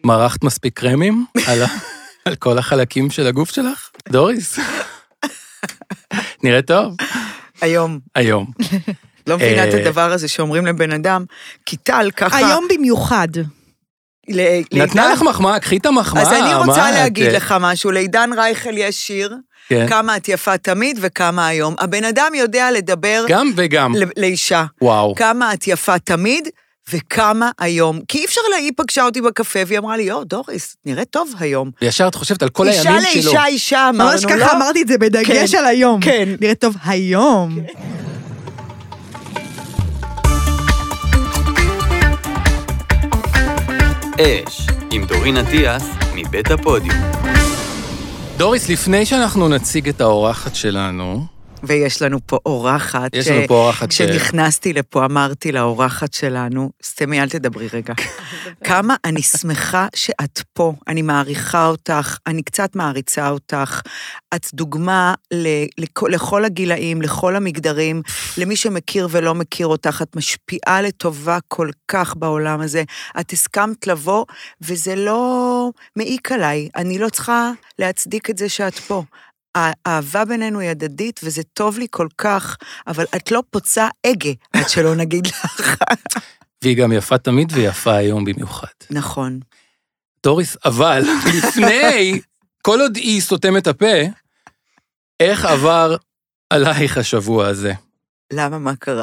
מרחת מספיק קרמים על כל החלקים של הגוף שלך? דוריס? נראה טוב. היום. לא מבינה את הדבר הזה שאומרים לבן אדם, כי טל ככה... היום במיוחד. נתנה לך מחמאה, קחי את המחמאה. אז אני רוצה להגיד לך משהו, לעידן רייכל יש שיר, כמה את יפה תמיד וכמה היום. הבן אדם יודע לדבר... גם וגם. לאישה. וואו. כמה את יפה תמיד וכמה היום. כי אי אפשר לה, היא פגשה אותי בקפה, והיא אמרה לי, דוריס, נראה טוב היום. וישר את חושבת על כל הימים שלו. אישה, אמרנו, ממש ככה אמרתי את זה בדגש על היום. כן. נראה טוב היום. אש, עם דורין אטיאס, מבית הפודיום. דוריס, לפני שאנחנו נציג את האורחת שלנו... ויש לנו פה אורחת. יש לנו פה אורחת כשנכנסתי לפה, אמרתי לאורחת שלנו, סתמי, אל תדברי רגע. כמה אני שמחה שאת פה, אני מעריכה אותך, אני קצת מעריצה אותך, את דוגמה לכל הגילאים, לכל המגדרים, למי שמכיר ולא מכיר אותך, את משפיעה לטובה כל כך בעולם הזה, את הסכמת לבוא, וזה לא מעיק עליי, אני לא צריכה להצדיק את זה שאת פה. האהבה בינינו היא הדדית, וזה טוב לי כל כך, אבל את לא פוצה אגה, עד שלא נגיד לך. והיא גם יפה תמיד ויפה היום במיוחד. נכון. דוריס, אבל לפני, כל עוד היא סותמת הפה, איך עבר עלייך השבוע הזה? למה, מה קרה?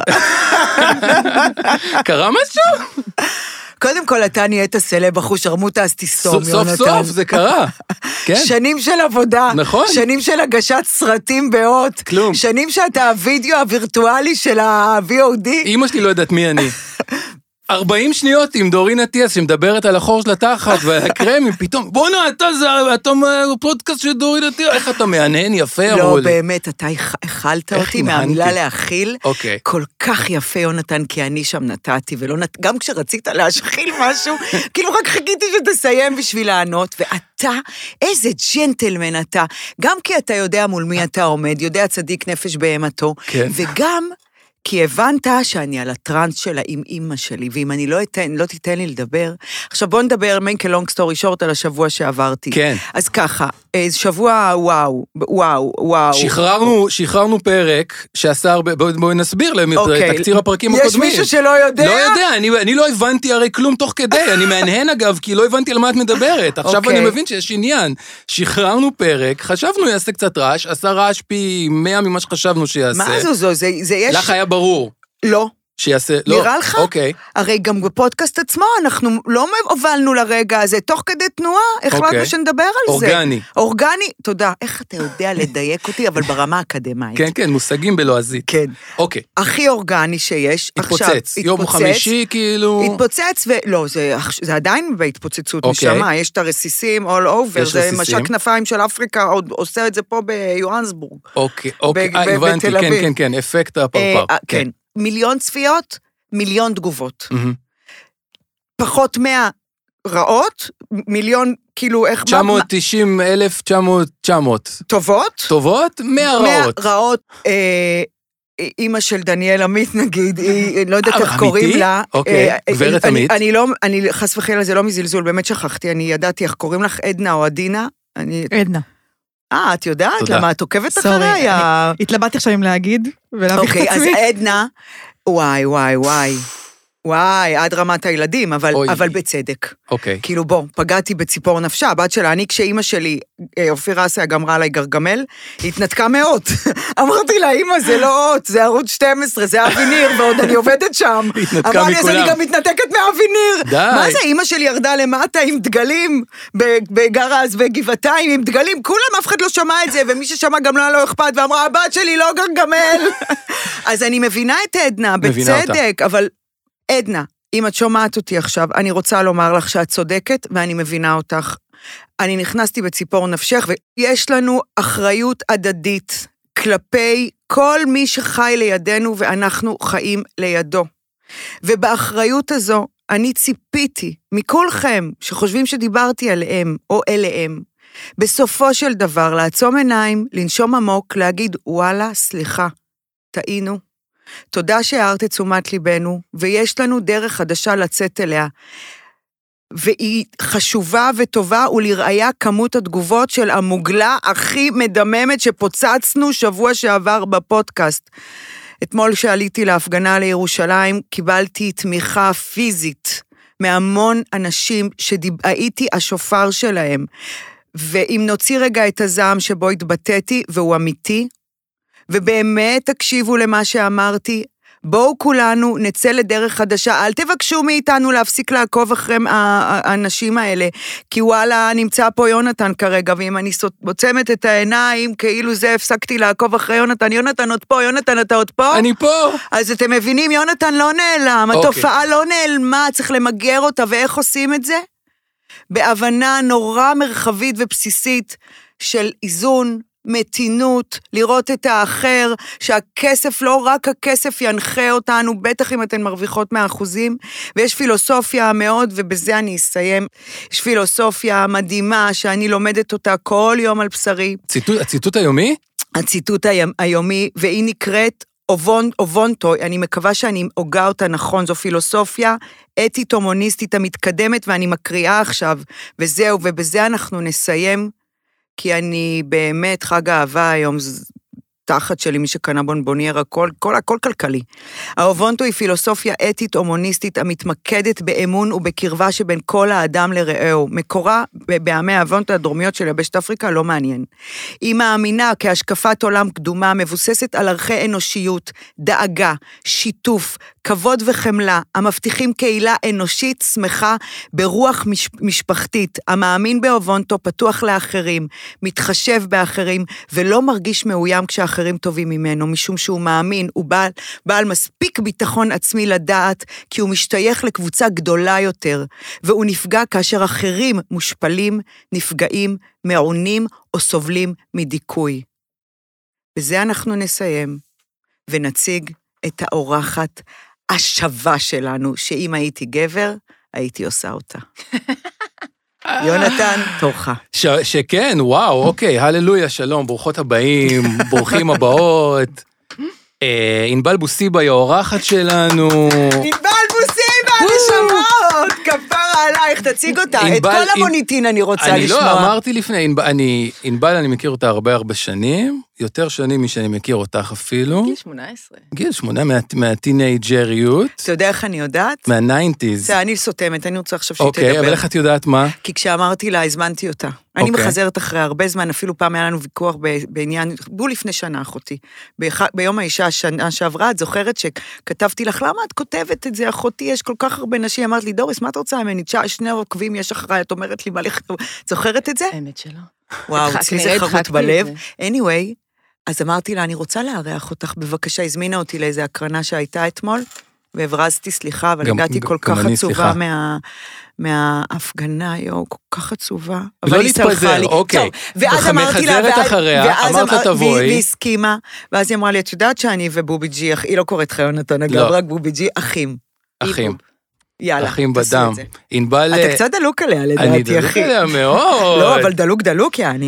קרה משהו? קודם כל, אתה נהיית סלב אחוש שרמוטה, אז תסתום, יונתן. סוף סוף, זה קרה. שנים של עבודה. נכון. שנים של הגשת סרטים באות. כלום. שנים שאתה הווידאו הווירטואלי של ה-VOD. אמא שלי לא יודעת מי אני. 40 שניות עם דורין אטיאס שמדברת על החור של התחת והקרמים, פתאום, בוא'נה, אתה פודקאסט של דורין אטיאס, איך אתה מענן יפה, אמרו לי. לא, באמת, אתה אכלת אותי מהמילה להאכיל, כל כך יפה, יונתן, כי אני שם נתתי, גם כשרצית להשחיל משהו, כאילו רק חיכיתי שתסיים בשביל לענות, ואתה, איזה ג'נטלמן אתה, גם כי אתה יודע מול מי אתה עומד, יודע צדיק נפש בהמתו, וגם כי הבנת שאני על הטרנס שלה עם אמא שלי, ואם אני לא תיתן לי לדבר, עכשיו בוא נדבר מיינקה לונג סטורי שורט על השבוע שעברתי. כן. אז ככה, שבוע וואו. שחררנו פרק שהשר, בואי נסביר תקציר הפרקים הקודמים. יש מישהו שלא יודע? לא יודע, אני לא הבנתי הרי כלום תוך כדי, אני מענהן אגב, כי לא הבנתי על מה את מדברת. עכשיו אני מבין שיש עניין. שחררנו פרק, חשבנו יעשה קצת רעש, עשה רעש פי 100 ממה שחשבנו שיעשה. מה זו? זה יש... לך היה ברור. לא. שיעשה, לא. נראה לך? אוקיי. הרי גם בפודקאסט עצמו, אנחנו לא הובלנו לרגע הזה, תוך כדי תנועה, החלטנו שנדבר על זה. אורגני, תודה. איך אתה יודע לדייק אותי, אבל ברמה האקדמית. כן, מושגים בלועזית. כן. אוקיי. הכי אורגני שיש. התפוצץ. יום חמישי, כאילו... התפוצץ, ולא, זה עדיין בהתפוצצות משמה, יש את הרסיסים all over, זה משק כנפיים של אפריקה, עוד עושה את זה פה ביוהנסבורג. אוקיי, הבנתי, כן, אפקט הפרפר. כן. 1,000,000 צפיות, 1,000,000 תגובות. פחות 100 רעות, 1,000,000, כאילו איך... 990,900. טובות? טובות? 100 רעות. 100 רעות, אמא של דניאל עמית נגיד, היא לא יודעת איך קוראים לה. אוקיי, גברת עמית. אני חס וחלילה, זה לא מזלזול, באמת שכחתי, אני ידעתי איך קוראים לך, עדנה או עדינה. עדנה. את יודעת? למה את עוקבת אחריי? התלבטתי עכשיו אם להגיד, ולהביך את עצמי. אוקיי, אז עדנה, וואי, עד רמת הילדים, אבל בצדק. אוקיי. כאילו בוא, פגעתי בציפור נפשה, הבת שלה, אני כשאימא שלי, אופירה אסיה גמרה עליי גרגמל, היא התנתקה מאות. אמרתי לה, אימא, זה לא אות, זה ערוץ 12, זה אבי ניר, ועוד אני עובדת שם. היא התנתקה מכולם. אמרה לי, אז אני גם מתנתקת מאבי ניר. די. מה זה, אימא שלי ירדה למטה עם דגלים, בגרז וגבעתיים, עם דגלים, כולם אף אחד לא שמע את זה, ומי ששמע גם לא אכפת, ואמרה, הבת שלי לא גרגמל. אז אני מבינה את עדנה, בצדק, אבל עדנה, אם את שומעת אותי עכשיו, אני רוצה לומר לך שאת צודקת, ואני מבינה אותך. אני נכנסתי בציפור נפשך, ויש לנו אחריות הדדית כלפי כל מי שחי לידינו, ואנחנו חיים לידו. ובאחריות הזו, אני ציפיתי מכולכם, שחושבים שדיברתי עליהם, או אליהם, בסופו של דבר, לעצום עיניים, לנשום עמוק, להגיד, וואלה, סליחה, טעינו. תודה שהערת את תשומת ליבנו, ויש לנו דרך חדשה לצאת אליה. והיא חשובה וטובה, ולראיה כמות התגובות של המוגלה הכי מדממת שפוצצנו שבוע שעבר בפודקאסט. אתמול שעליתי להפגנה לירושלים, קיבלתי תמיכה פיזית מהמון אנשים שהייתי השופר שלהם, ואם נוציא רגע את הזעם שבו התבטאתי, והוא אמיתי, ובאמת תקשיבו למה שאמרתי, בואו כולנו נצא לדרך חדשה, אל תבקשו מאיתנו להפסיק לעקוב אחרי האנשים האלה, כי וואלה, נמצא פה יונתן כרגע, ואם אני מוצמת את העיניים, כאילו זה הפסקתי לעקוב אחרי יונתן, יונתן עוד פה, יונתן אתה עוד פה? אני פה. אז אתם מבינים, יונתן לא נעלם, התופעה לא נעלמה, צריך למגר אותה, ואיך עושים את זה? בהבנה נורא מרחבית ובסיסית של איזון, מתינות, לראות את האחר, שהכסף, לא רק הכסף ינחה אותנו, בטח אם אתן מרוויחות מהאחוזים, ויש פילוסופיה מאוד, ובזה אני אסיים, יש פילוסופיה מדהימה, שאני לומדת אותה כל יום על בשרי. הציטוט היומי? הציטוט היומי, והיא נקראת אובונטו, אני מקווה שאני הוגה אותה נכון, זו פילוסופיה אתית הומוניסטית המתקדמת, ואני מקריאה עכשיו, וזהו, ובזה אנחנו נסיים, כי אני באמת חג האהבה היום, תחת שלי, מי שקנה בונבונייר, הכל כלכלי. האובונטו היא פילוסופיה אתית הומוניסטית המתמקדת באמון ובקרבה שבין כל האדם לרעהו. מקורה בעמי האובונטו הדרומיות של יבשת אפריקה לא מעניין. היא מאמינה כהשקפת עולם קדומה מבוססת על ערכי אנושיות, דאגה, שיתוף, כבוד וחמלה, המבטיחים קהילה אנושית שמחה ברוח משפחתית, המאמין באובונטו פתוח לאחרים, מתחשב באחרים ולא מרגיש מאוים כשאחרים טובים ממנו, משום שהוא מאמין, הוא בעל מספיק ביטחון עצמי לדעת, כי הוא משתייך לקבוצה גדולה יותר, והוא נפגע כאשר אחרים מושפלים, נפגעים, מעונים או סובלים מדיכוי. בזה אנחנו נסיים, ונציג את האורחת השווה שלנו, שאם הייתי גבר, הייתי עושה אותה. יונתן, תורך. שכן, וואו, אוקיי, הללויה, שלום, ברוכות הבאים, ברוכים הבאות. ענבל בוסיבה היא האורחת שלנו. ענבל בוסיבה, נשמות, כפרה עלייך, תציג אותה. את כל המוניטין אני רוצה לשמוע. אני לא, אמרתי לפני, ענבל אני מכיר אותה הרבה שנים, יותר שנים משאני מכיר אותך אפילו. גיל 18. גיל 18, מהטינג'ריות. אתה יודע איך אני יודעת? מה-90s. זה אני סותמת, אני רוצה עכשיו שהיא תדבר. אוקיי, אבל איך את יודעת מה? כי כשאמרתי לה, הזמנתי אותה. אני מחזרת אחרי הרבה זמן, אפילו פעם היה לנו ויכוח בעניין, בוא לפני שנה, אחותי. ביום האישה השנה שעברה, את זוכרת שכתבתי לך, למה את כותבת את זה, אחותי, יש כל כך הרבה נשים, אמרת לי, דוריס, מה את רוצה ממני? שני עוקבים יש אחריי, את אומרת לי, מה לכתוב? זוכרת את זה? האמת שלא. וואו, אצלי זה חרוט בלב. anyway, אז אמרתי לה, אני רוצה לארח אותך, בבקשה, הזמינה אותי לאיזו הקרנה שהייתה אתמול, והברזתי סליחה, אבל הגעתי כל כך עצובה מההפגנה, יו, כל כך עצובה. לא להתפזר, אוקיי. ואז אמרתי לה, מחזרת אחריה, אמרת תבואי. והיא הסכימה, ואז היא אמרה לי, את יודעת שאני ובובי ג'י, היא לא קוראת חיונתון, אגב, רק בובי ג'י, אחים. אחים. יאללה, אחים בדם. אתה קצת דלוק עליה, לדעתי, אחי. אני דלוק עליה מאוד. לא, אבל דלוק, יעני.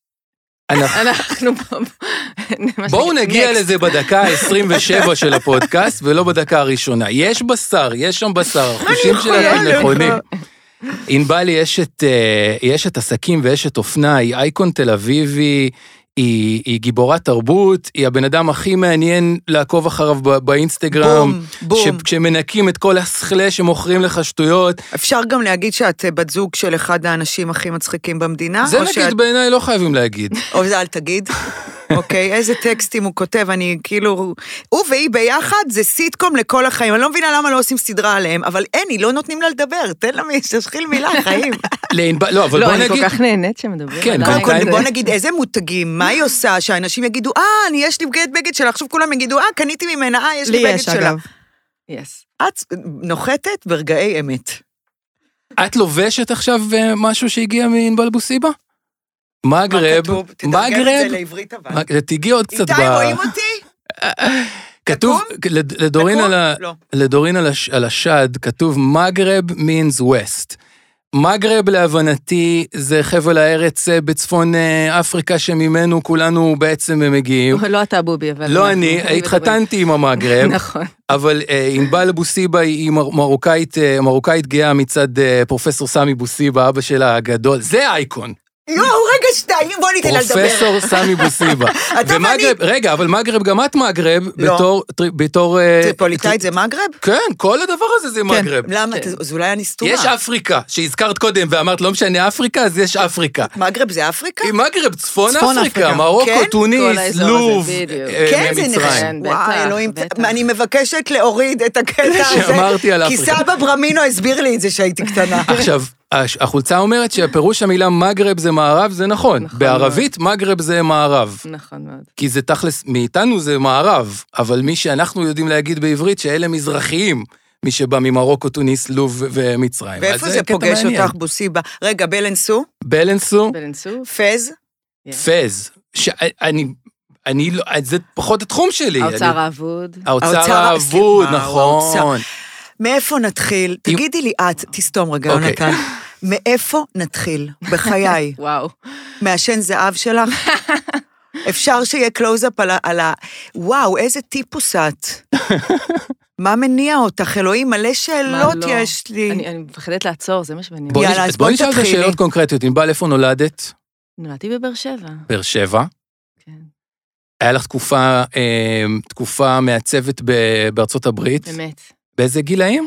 אנחנו בואו נגיע לזה בדקה ה-27 של הפודקאסט, ולא בדקה הראשונה. יש בשר, יש שם בשר, החושים שלנו נכונים. ענבל יש את עסקים ויש את אופנה, היא אייקון תל אביבי, היא גיבורת תרבות, היא הבן אדם הכי מעניין לעקוב אחריו באינסטגרם, כשמנקים את כל הסכלה שמוכרים לך שטויות. אפשר גם להגיד שאת בת זוג של אחד האנשים הכי מצחיקים במדינה? זה נגיד בעיניי לא חייבים להגיד. או זה אל תגיד. אוקיי, איזה טקסטים הוא כותב, אני כאילו, הוא והיא ביחד, זה סיטקום לכל החיים, אני לא מבינה למה לא עושים סדרה עליהם, אבל אין, לא נותנים לה לדבר, תן לה תשחיל מילה, חיים. לא, אני כל כך נהנית שמדבר. כן, בוא נגיד איזה מותגים, מה היא עושה, שהאנשים יגידו, יש לי בגד שלה, עכשיו כולם יגידו, קניתי ממנה, יש לי בגד שלה. את נוחתת ברגעי אמת. את לובשת עכשיו משהו שהגיע מענבל בוסיבה? מגרב, תתרגם את זה לעברית אבל. תגיע עוד קצת איתי, רואים אותי? כתוב, לדורין על השד, כתוב מגרב means west. מגרב להבנתי זה חבל הארץ בצפון אפריקה שממנו כולנו בעצם מגיעים. לא אתה בובי, אבל... לא אני, התחתנתי עם המגרב. נכון. אבל ענבל בוסיבה היא מרוקאית גאה מצד פרופסור סמי בוסיבה, אבא שלה הגדול, זה אייקון. לא, רגע שתיים, בוא ניתן לה לדבר. פרופסור סמי בוסיבה. ומגרב, רגע, אבל מגרב, גם את מגרב, בתור... טריפוליטאית זה מגרב? כן, כל הדבר הזה זה מגרב. למה? אז אולי אני סתומה. יש אפריקה, שהזכרת קודם, ואמרת, לא משנה אפריקה, אז יש אפריקה. מגרב זה אפריקה? מגרב, צפון אפריקה, מרוקו, טוניס, לוב, כן, זה נחשב. וואי, אלוהים, אני מבקשת להוריד את הקטע הזה, כי סבא ברמינו הסביר לי את זה שהייתי קטנה. עכשיו, החולצה אומרת שהפירוש המילה מגרב זה מערב, זה נכון. בערבית מגרב זה מערב. נכון מאוד. כי זה תכלס, מאיתנו זה מערב, אבל מי שאנחנו יודעים להגיד בעברית שאלה מזרחיים, מי שבא ממרוקו, טוניס, לוב ומצרים. ואיפה זה פוגש אותך בוסיבה? רגע, בלנסו? בלנסו. פז? פז. זה פחות התחום שלי. האוצר האבוד. האוצר האבוד, נכון. מאיפה נתחיל? תגידי לי את, תסתום רגע, יונתן. מאיפה נתחיל? בחיי. וואו. מהשן זהב שלך? אפשר שיהיה קלוז-אפ על ה... וואו, איזה טיפוס את. מה מניע אותך? אלוהים, מלא שאלות יש לי. אני מפחדת לעצור, זה מה שמניע. יאללה, אז בואי נשאל את השאלות קונקרטיות. ענבל, איפה נולדת? נולדתי בבאר שבע. באר שבע? כן. היה לך תקופה מעצבת בארצות הברית? באמת. באיזה גילאים?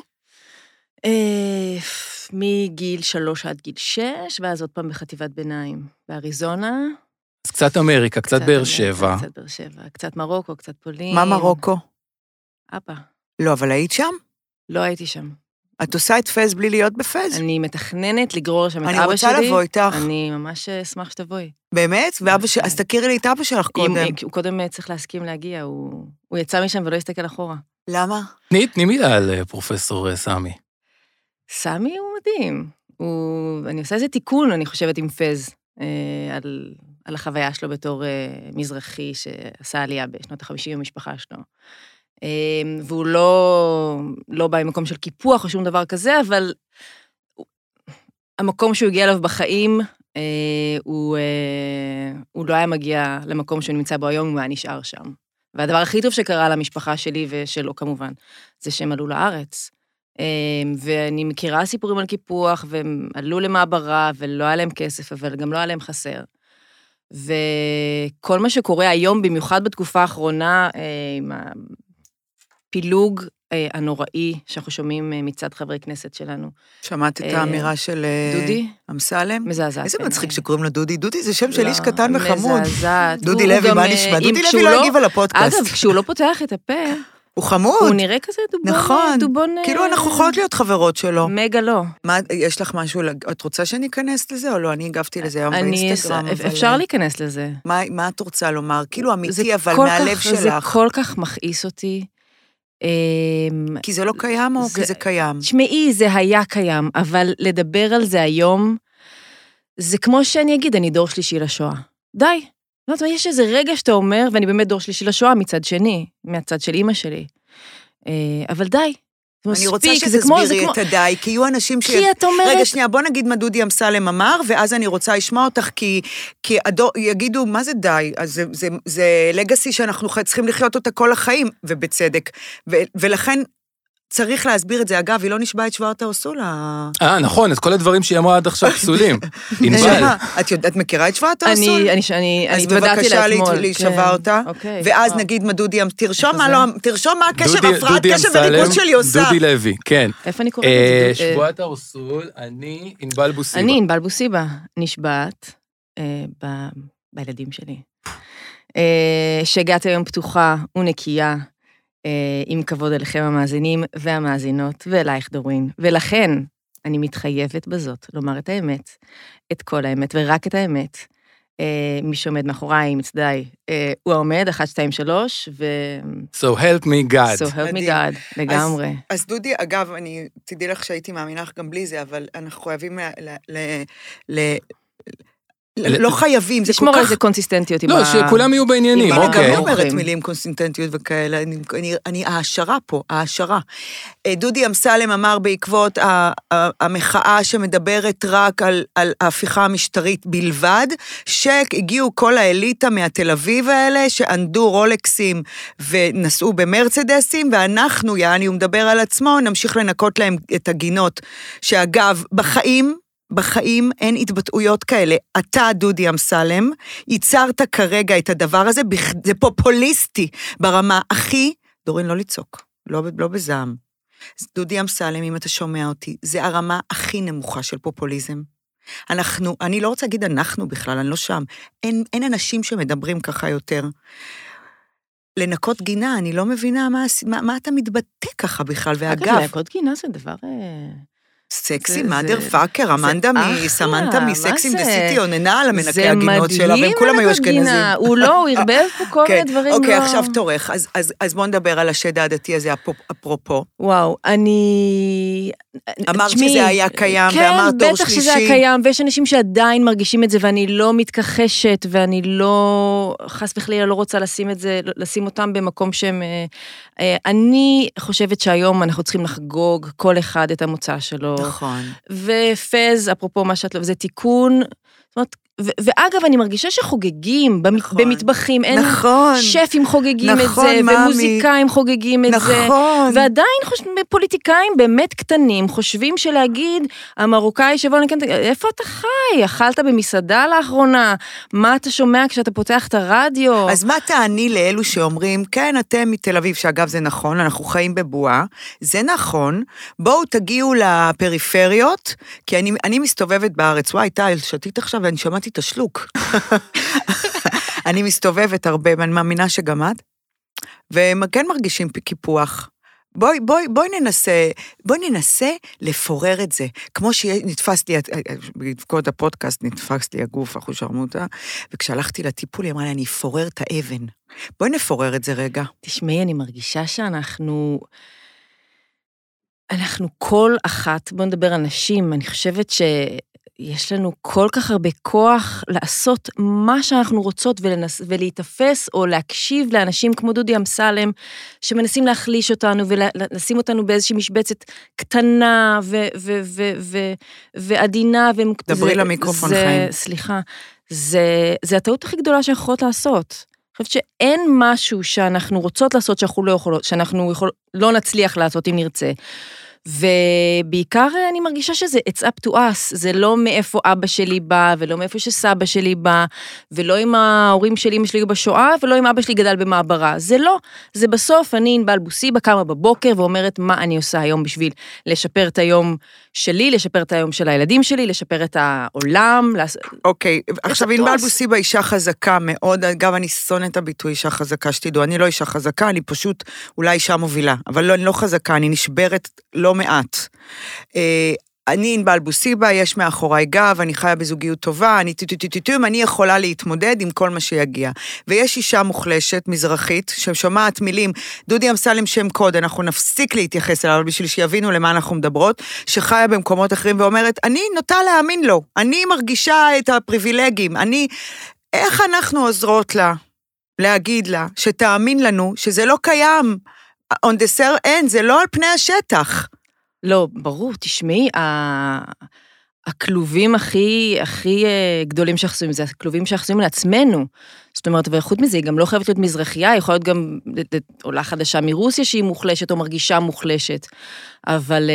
מגיל 3 עד גיל 6, ואז עוד פעם בחטיבת ביניים. באריזונה. אז קצת אמריקה, קצת באר שבע. קצת באר שבע, קצת מרוקו, קצת פולין. מה מרוקו? אבא. לא, אבל היית שם? לא הייתי שם. את עושה את פז בלי להיות בפז? אני מתכננת לגרור שם את אבא שלי. אני רוצה לבוא איתך. אני ממש אשמח שתבואי. באמת? אז תכירי לי את אבא שלך קודם. הוא קודם צריך להסכים להגיע, הוא יצא משם ולא יסתכל אחורה. למה? תני מילה על פרופסור סמי. סמי הוא מדהים. אני עושה איזה תיקון, אני חושבת, עם פז, על החוויה שלו בתור מזרחי שעשה עלייה בשנות ה-50 במשפחה שלו. והוא לא בא ממקום של קיפוח או שום דבר כזה, אבל המקום שהוא הגיע אליו בחיים, הוא לא היה מגיע למקום שהוא נמצא בו היום, הוא היה נשאר שם. והדבר הכי טוב שקרה למשפחה שלי ושלו כמובן, זה שהם עלו לארץ. ואני מכירה סיפורים על קיפוח, והם עלו למעברה, ולא היה להם כסף, אבל גם לא היה להם חסר. וכל מה שקורה היום, במיוחד בתקופה האחרונה, עם הפילוג הנוראי שאנחנו שומעים מצד חברי כנסת שלנו. שמעת את האמירה של דודי? אמסלם? מזעזעת. איזה מצחיק שקוראים לו דודי? דודי זה שם של איש קטן וחמוד. מזעזעת. דודי לוי, מה נשמע? דודי לוי לא הגיב על הפודקאסט. אגב, כשהוא לא פותח את הפה... הוא חמוד. הוא נראה כזה דובון. נכון. דובון... כאילו אנחנו יכולות להיות חברות שלו. מגה לא. מה, יש לך משהו, את רוצה שאני אכנס לזה או לא? אני הגבתי לזה היום באינסטגרם. אפשר להיכנס לזה. מה את רוצה לומר? כאילו אמיתי, אבל מהלב שלך. זה כל כך מכעיס אותי. כי זה לא קיים או כי זה קיים? תשמעי, זה היה קיים, אבל לדבר על זה היום, זה כמו שאני אגיד, אני דור שלישי לשואה. די. לא יודעת, יש איזה רגע שאתה אומר, ואני באמת דור שלישי לשואה מצד שני, מהצד של אמא שלי. אבל די. אני רוצה שתסבירי את הדי, כי יהיו אנשים ש... רגע, שנייה, בוא נגיד מה דודי אמסלם אמר, ואז אני רוצה לשמוע אותך, כי יגידו, מה זה די? אז זה לגאסי שאנחנו צריכים לחיות אותה כל החיים, ובצדק. ולכן צריך להסביר את זה. אגב, היא לא נשבעה את שבעת האוסולה. נכון, את כל הדברים שהיא אמרה עד עכשיו פסולים. את מכירה את שבעת האוסולה? אני התוודעתי לה אתמול. אז בבקשה להישבע אותה, ואז נגיד מה דודי, תרשום מה הקשר, הפרעת קשר וריכוז שלי עושה. דודי לוי, כן. איפה אני קוראת את זה? שבעת האוסול, אני ענבל בוסיבה. אני ענבל בוסיבה, נשבעת בילדים שלי. שהגעת היום פתוחה ונקייה, עם כבוד אליכם המאזינים והמאזינות, ואלייך דורין. ולכן אני מתחייבת בזאת לומר את האמת, את כל האמת ורק את האמת. מי שעומד מאחוריי, מצדיי, הוא העומד, 1, 2, 3, ו... So help me God. So help me God, לגמרי. אז דודי, אגב, אני תדעי לך שהייתי מאמינה לך גם בלי זה, אבל אנחנו חייבים לא חייבים, זה כל כך... לשמור על זה קונסיסטנטיות. לא, שכולם יהיו בעניינים, אוקיי. אני גם אומרת מילים קונסיסטנטיות וכאלה, אני ההשערה פה, ההשערה. דודי אמסלם אמר בעקבות המחאה שמדברת רק על ההפיכה המשטרית בלבד, שהגיעו כל האליטה מהתל אביב האלה, שענדו רולקסים ונסעו במרצדסים, ואנחנו, יעני, הוא מדבר על עצמו, נמשיך לנקות להם את הגינות, שאגב, בחיים אין התבטאויות כאלה. אתה, דודי אמסלם, ייצרת כרגע את הדבר הזה, זה פופוליסטי ברמה הכי, דורין, לא לצעוק, לא בזעם. דודי אמסלם, אם אתה שומע אותי, זה הרמה הכי נמוכה של פופוליזם. אני לא רוצה להגיד אנחנו בכלל, אני לא שם. אין אנשים שמדברים ככה יותר. לנקות גינה, אני לא מבינה מה אתה מתבטא ככה בכלל, ואגב... אגב, לנקות גינה זה דבר... סקסי, מאדר פאקר, אמנדה סמנטה מסקסים דסיטי, עוננה על המנקי הגינות שלה, והם כולם היו אשכנזים. הוא לא, הוא הרבב פה כל מיני דברים. אוקיי, עכשיו תורך, אז בוא נדבר על השד העדתי הזה, אפרופו. וואו, אמרת שזה היה קיים, ואמרת תור שלישי. כן, בטח שזה היה קיים, ויש אנשים שעדיין מרגישים את זה, ואני לא מתכחשת, ואני לא, חס וחלילה, לא רוצה לשים אותם במקום שהם... אני חושבת שהיום אנחנו צריכים לחגוג כל אחד את המוצא שלו. נכון. ופז, אפרופו מה שאת לא, זה תיקון, זאת אומרת, ואגב, אני מרגישה שחוגגים במטבחים, אין שפים חוגגים את זה, ומוזיקאים חוגגים את זה, ועדיין פוליטיקאים באמת קטנים, חושבים שלהגיד, המרוקאי שבוא נקן, איפה אתה חי? אכלת במסעדה לאחרונה? מה אתה שומע כשאתה פותח את הרדיו? אז מה תעני לאלו שאומרים, כן, אתם מתל אביב, שאגב זה נכון, אנחנו חיים בבועה, זה נכון, בואו תגיעו לפריפריות, כי אני מסתובבת בארץ, וואי, טל, שתית עכשיו ואני שמעתי את השלוק. אני מסתובבת הרבה, ואני מאמינה שגם את, והם כן מרגישים קיפוח. בואי ננסה לפורר את זה. כמו שנתפס לי, בקוד הפודקאסט נתפס לי הגוף, אחו שרמותה, וכשהלכתי לטיפול, היא אמרה לי, אני אפורר את האבן. בואי נפורר את זה רגע. תשמעי, אני מרגישה שאנחנו כל אחת, בוא נדבר על נשים, אני חושבת יש לנו כל כך הרבה כוח לעשות מה שאנחנו רוצות ולהתאפס או להקשיב לאנשים כמו דודי אמסלם, שמנסים להחליש אותנו ולשים אותנו באיזושהי משבצת קטנה ועדינה. דברי למיקרופון חיים. סליחה, זה הטעות הכי גדולה שיכולות לעשות. אני חושבת שאין משהו שאנחנו רוצות לעשות שאנחנו לא נצליח לעשות אם נרצה. ובעיקר אני מרגישה שזה it's up to us, זה לא מאיפה אבא שלי בא, ולא מאיפה שסבא שלי בא, ולא עם ההורים שלי, אמא שלי בשואה, ולא עם אבא שלי גדל במעברה, זה לא, זה בסוף אני ענבל בוסיבה קמה בבוקר, ואומרת מה אני עושה היום בשביל לשפר את היום שלי, לשפר את היום של הילדים שלי, לשפר את העולם. אוקיי, עכשיו ענבל בוסיבה אישה חזקה מאוד, אגב אני שונאת את הביטוי אישה חזקה, שתדעו, אני לא אישה חזקה, אני פשוט אולי אישה מובילה, אבל אני לא חזקה, אני נשברת לא מעט. אני ענבל בוסיבה, יש מאחוריי גב, אני חיה בזוגיות טובה, אני יכולה להתמודד עם כל מה שיגיע. ויש אישה מוחלשת, מזרחית, ששומעת מילים, דודי אמסלם שם קוד, אנחנו נפסיק להתייחס אליו, בשביל שיבינו למה אנחנו מדברות, שחיה במקומות אחרים ואומרת, אני נוטה להאמין לו, אני מרגישה את הפריבילגים, איך אנחנו עוזרות לה, להגיד לה, שתאמין לנו, שזה לא קיים, on the end, זה לא על פני השטח. לא, ברור, תשמעי, הכלובים הכי גדולים שאחסויים, זה הכלובים שאחסויים לעצמנו. זאת אומרת, וחוץ מזה, היא גם לא חייבת להיות מזרחייה, היא יכולה להיות גם עולה חדשה מרוסיה שהיא מוחלשת או מרגישה מוחלשת. אבל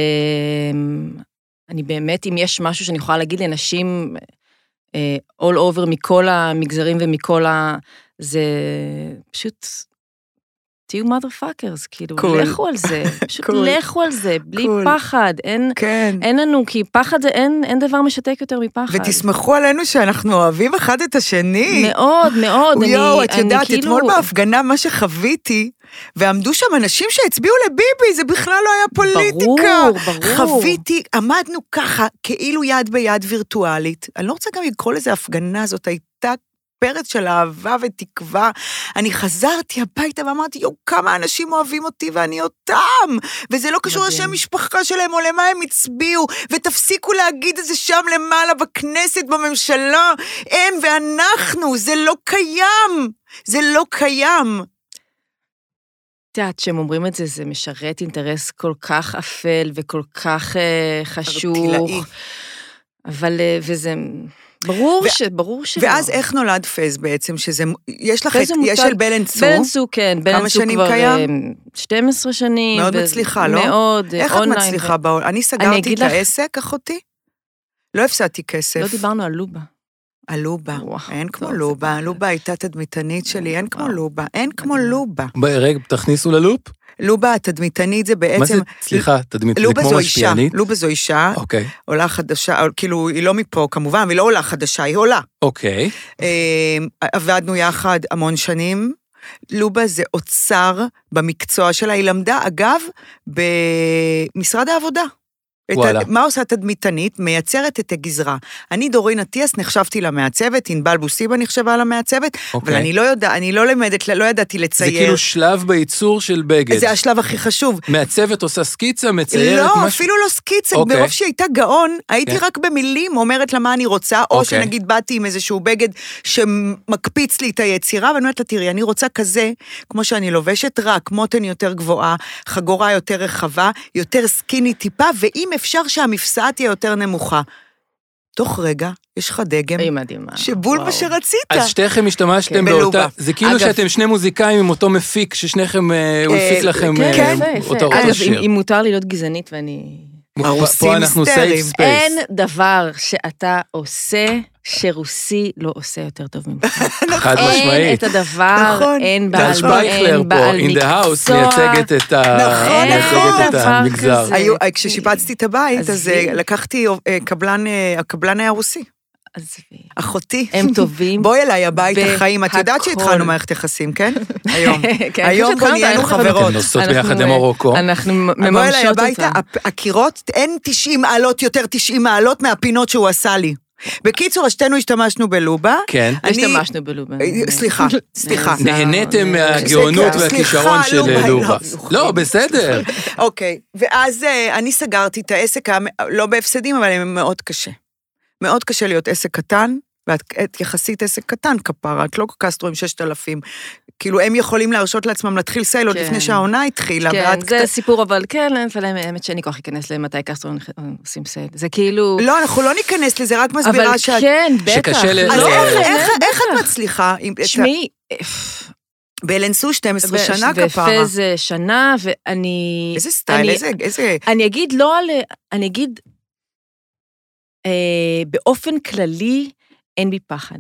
אני באמת, אם יש משהו שאני יכולה להגיד לנשים all over מכל המגזרים ומכל זה פשוט... תהיו motherfuckers, כאילו, לכו על זה, פשוט לכו על זה, בלי פחד, אין לנו, כי פחד זה, אין דבר משתק יותר מפחד. ותסמכו עלינו שאנחנו אוהבים אחד את השני. מאוד, מאוד. יואו, את יודעת, אתמול בהפגנה מה שחוויתי, ועמדו שם אנשים שהצביעו לביבי, זה בכלל לא היה פוליטיקה. ברור. חוויתי, עמדנו ככה, כאילו יד ביד וירטואלית, אני לא רוצה גם לקרוא לזה הפגנה, זאת הייתה פרץ של אהבה ותקווה. אני חזרתי הביתה ואמרתי, כמה אנשים אוהבים אותי ואני אותם, וזה לא קשור לשם משפחה שלהם או למה הם הצביעו, ותפסיקו להגיד את זה שם למעלה בכנסת, בממשלה, הם ואנחנו, זה לא קיים, זה לא קיים. כשהם אומרים את זה, זה משרת אינטרס כל כך אפל וכל כך חשוך. ארטילאי. אבל, וזה ברור ש... ואז איך נולד פז בעצם, שזה, יש לך, יש של בלנסו. בלנסו, כן. בלנסו כבר 12 שנים. מאוד מצליחה, לא? מאוד, איך את מצליחה בעולם? אני סגרתי את העסק, אחותי? לא הפסדתי כסף. לא דיברנו על לובה. על לובה, אין כמו לובה, לובה הייתה תדמיתנית שלי, אין כמו לובה, אין כמו לובה. רגע, תכניסו ללופ? לובה התדמיתנית זה בעצם... מה זה, סליחה, תדמיתנית, זה כמו משפיענית? לובה זו אישה, עולה חדשה, כאילו היא לא מפה כמובן, היא לא עולה חדשה, היא עולה. אוקיי. עבדנו יחד המון שנים, לובה זה אוצר במקצוע שלה, היא למדה אגב במשרד העבודה. מה עושה תדמיתנית? מייצרת את הגזרה. אני דורין אטיאס נחשבתי למעצבת, ענבל בוסיבה נחשבה למעצבת, אבל אני לא למדת, לא ידעתי לצייר. זה כאילו שלב בייצור של בגד. זה השלב הכי חשוב. מעצבת עושה סקיצה, מציירת משהו? לא, אפילו לא סקיצה, ברוב שהייתה גאון, הייתי רק במילים, אומרת לה מה אני רוצה, או שנגיד באתי עם איזשהו בגד שמקפיץ לי את היצירה, ואני אומרת לה, תראי, אני רוצה כזה, כמו שאני לובשת, רק מותן יותר גבוהה, חגורה יותר רחבה, יותר סקיני טיפה, ואם אפשר שהמפסעה תהיה יותר נמוכה. תוך רגע, יש לך דגם. היא מדהימה. שבול מה שרצית. אז שתיכם השתמשתם באותה... זה כאילו שאתם שני מוזיקאים עם אותו מפיק, ששניכם הוא הפיק לכם אותו שיר. אגב, אם מותר לי להיות גזענית ואני... פה אנחנו סייף ספייס. אין דבר שאתה עושה שרוסי לא עושה יותר טוב ממך. חד משמעית. אין את הדבר, אין בעל מקצוע. מייצגת את המגזר. כששיפצתי את הבית, אז לקחתי הקבלן היה רוסי. אחותי. הם טובים. בואי אליי הביתה חיים, את יודעת שהתחלנו מערכת יחסים, כן? היום כבר נהיינו חברות. אתם נוסעות ביחד למרוקו. אנחנו מממשות בואי אליי הביתה, הקירות, אין 90 מעלות יותר 90 מעלות מהפינות שהוא עשה לי. בקיצור, שתינו השתמשנו בלובה. כן. השתמשנו בלובה. סליחה. נהניתם מהגאונות והכישרון של לובה. לא, בסדר. אוקיי, ואז אני סגרתי את העסק, לא בהפסדים, אבל הם מאוד קשה. מאוד קשה להיות עסק קטן, ואת יחסית עסק קטן כפרה, את לא קסטרו עם 6,000, כאילו הם יכולים להרשות לעצמם להתחיל סייל עוד לפני שהעונה התחילה. כן, זה סיפור, אבל כן, האמת שאני כוח ייכנס למתי קסטרו עושים סייל, זה כאילו... לא, אנחנו לא ניכנס לזה, רק מסבירה שאת... אבל כן, בטח. אז איך את מצליחה? שמי... בלנסו 12 שנה כפרה. ופז שנה, ואני... איזה סטייל, איזה... אני אגיד לא על... אני אגיד... באופן כללי, אין בי פחד.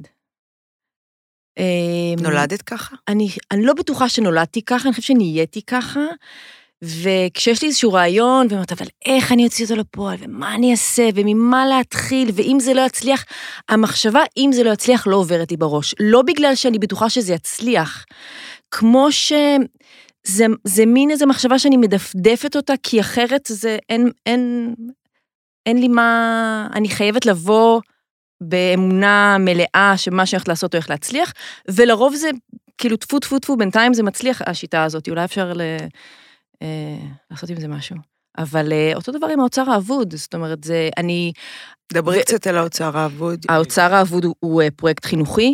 נולדת ככה? אני לא בטוחה שנולדתי ככה, אני חושבת שנהייתי ככה, וכשיש לי איזשהו רעיון, ואומרת, אבל איך אני אוציא אותו לפועל, ומה אני אעשה, וממה להתחיל, ואם זה לא יצליח, המחשבה, אם זה לא יצליח, לא עוברת לי בראש. לא בגלל שאני בטוחה שזה יצליח, כמו זה מין איזו מחשבה שאני מדפדפת אותה, כי אחרת זה אין לי מה, אני חייבת לבוא באמונה מלאה שמה שאני הולכת לעשות או איך להצליח, ולרוב זה כאילו טפו, בינתיים זה מצליח השיטה הזאת, אולי אפשר לעשות עם זה משהו. אבל אותו דבר עם האוצר האבוד, זאת אומרת, זה אני... דברי קצת על האוצר האבוד. האוצר האבוד הוא פרויקט חינוכי,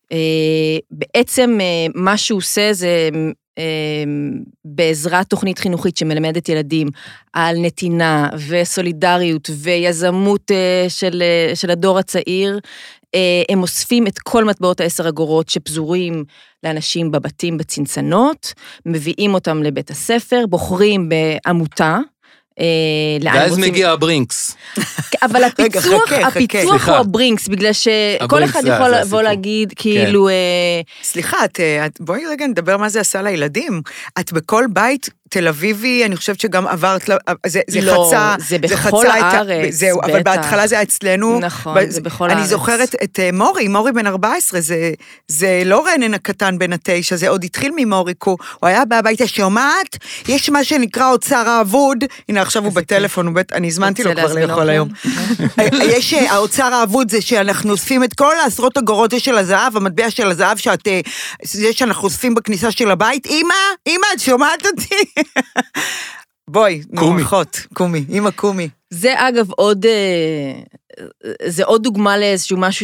בעצם מה שהוא עושה זה... בעזרת תוכנית חינוכית שמלמדת ילדים על נתינה וסולידריות ויזמות של הדור הצעיר, הם אוספים את כל מטבעות 10 אגורות שפזורים לאנשים בבתים בצנצנות, מביאים אותם לבית הספר, בוחרים בעמותה, ואז מגיע הברינקס. אבל הפיצוח הוא הברינקס, בגלל שכל אחד יכול לבוא להגיד, כאילו... סליחה, בואי רגע נדבר מה זה עשה לילדים. את בכל בית תל אביבי, אני חושבת שגם עברת, זה לא, חצה, זה בכל הארץ, זהו, אבל בהתחלה זה היה אצלנו. נכון, זה בכל הארץ. אני זוכרת את מורי בן 14, זה לא רנן הקטן בן 9, זה עוד התחיל ממוריקו, הוא היה בבית השומעת, יש מה שנקרא אוצר האבוד, הנה עכשיו הוא בטלפון, אני הזמנתי לו כבר לאכול היום. יש האוצר האבוד, זה שאנחנו אוספים את כל העשרות אגורות של הזהב, המטבע של הזהב, זה שאנחנו אוספים בכניסה של הבית, אמא, את שומעת אותי? בואי, נורחות, קומי, אמא קומי. זה אגב זה עוד דוגמה לאיזשהו משהו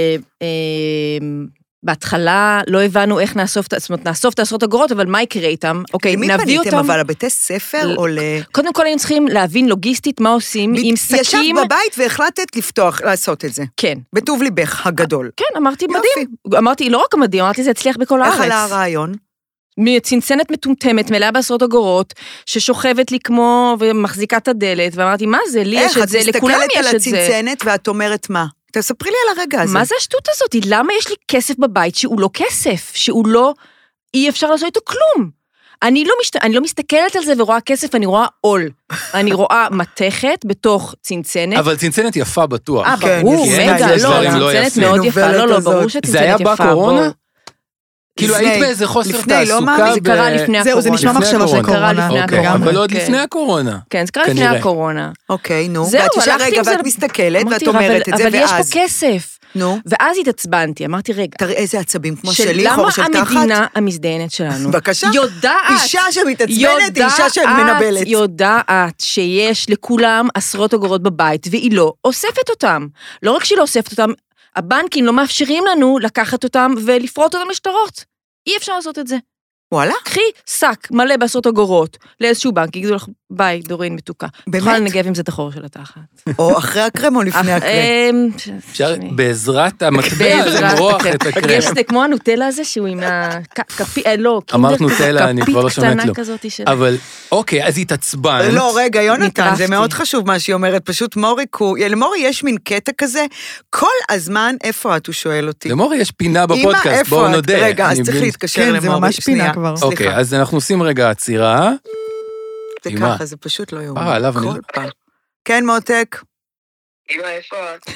בהתחלה לא הבנו איך נאסוף את העשרות אגורות, אבל מה יקרה איתם? אוקיי, נביא אותם. למי פניתם אבל, לבתי ספר או ל... קודם כל היינו צריכים להבין לוגיסטית מה עושים עם שקים. ישבת בבית והחלטת לפתוח, לעשות את זה. כן. בטוב ליבך הגדול. כן, אמרתי מדהים. אמרתי, לא רק מדהים, אמרתי זה הצליח בכל הארץ. איך עלה הרעיון? מצנצנת מטומטמת, מלאה בעשרות אגורות, ששוכבת לי כמו ומחזיקה את הדלת, ואמרתי, מה זה? לי יש את זה, לכולם יש את זה. איך, את מסתכלת על הצנצנת ואת אומרת מה? תספרי לי על הרגע הזה. מה זה השטות הזאת? למה יש לי כסף בבית שהוא לא כסף? שהוא לא, אי אפשר לעשות איתו כלום. אני לא מסתכלת על זה ורואה כסף, אני רואה עול. אני רואה מתכת בתוך צנצנת. אבל צנצנת יפה בטוח. ברור, רגע, לא, צנצנת מאוד יפה, לא, ברור שצנצנת יפה. זה היה בקורונה? כאילו היית באיזה חוסר תעסוקה. זה קרה לפני הקורונה. זהו, זה נשמע מחשבה של קורונה. אבל עוד לפני הקורונה. כן, זה קרה לפני הקורונה. אוקיי, נו. זהו, הלכתי עם זה. ואת מסתכלת, ואת אומרת את זה, ואז... אבל יש פה כסף. נו. ואז התעצבנתי, אמרתי, רגע. תראי איזה עצבים, כמו שלי, חור של תחת. למה המדינה המזדיינת שלנו, בבקשה. יודעת, אישה שמתעצבנת, אישה שמנבלת. יודעת שיש לכולם עשרות אגורות בבית, והיא לא אוספת אותם. לא רק שהיא לא אוספת אותם, הבנקים לא מאפשרים לנו לקחת אותם ולפרוט אותם לשטרות. אי אפשר לעשות את זה. וואלה? קחי שק מלא בעשרות אגורות לאיזשהו בנק, יגידו לך, ביי, דורין מתוקה. באמת? תוכל לנגב עם זה את החור של התחת. או אחרי הקרם או לפני הקרם? אפשר בעזרת המטבע למרוח את הקרם. יש זה כמו הנוטלה הזה שהוא עם הכפי, לא, אמרת נוטלה, אני כבר לא שומעת לו. כזאת של... אבל, אוקיי, אז התעצבנת. לא, רגע, יונתן, זה מאוד חשוב מה שהיא אומרת, פשוט למורי יש מין קטע כזה, כל הזמן, איפה את, הוא שואל אותי. למורי יש פינה בפודקאסט, בואו נודה. רגע, אז צריך להתקשר למורי. כן, זה ממש פינה כבר. אוקיי, אז אנחנו עושים רגע עצירה. זה ככה, זה פשוט לא יאומן. עליו אני... כן, מותק. אמא, איפה את?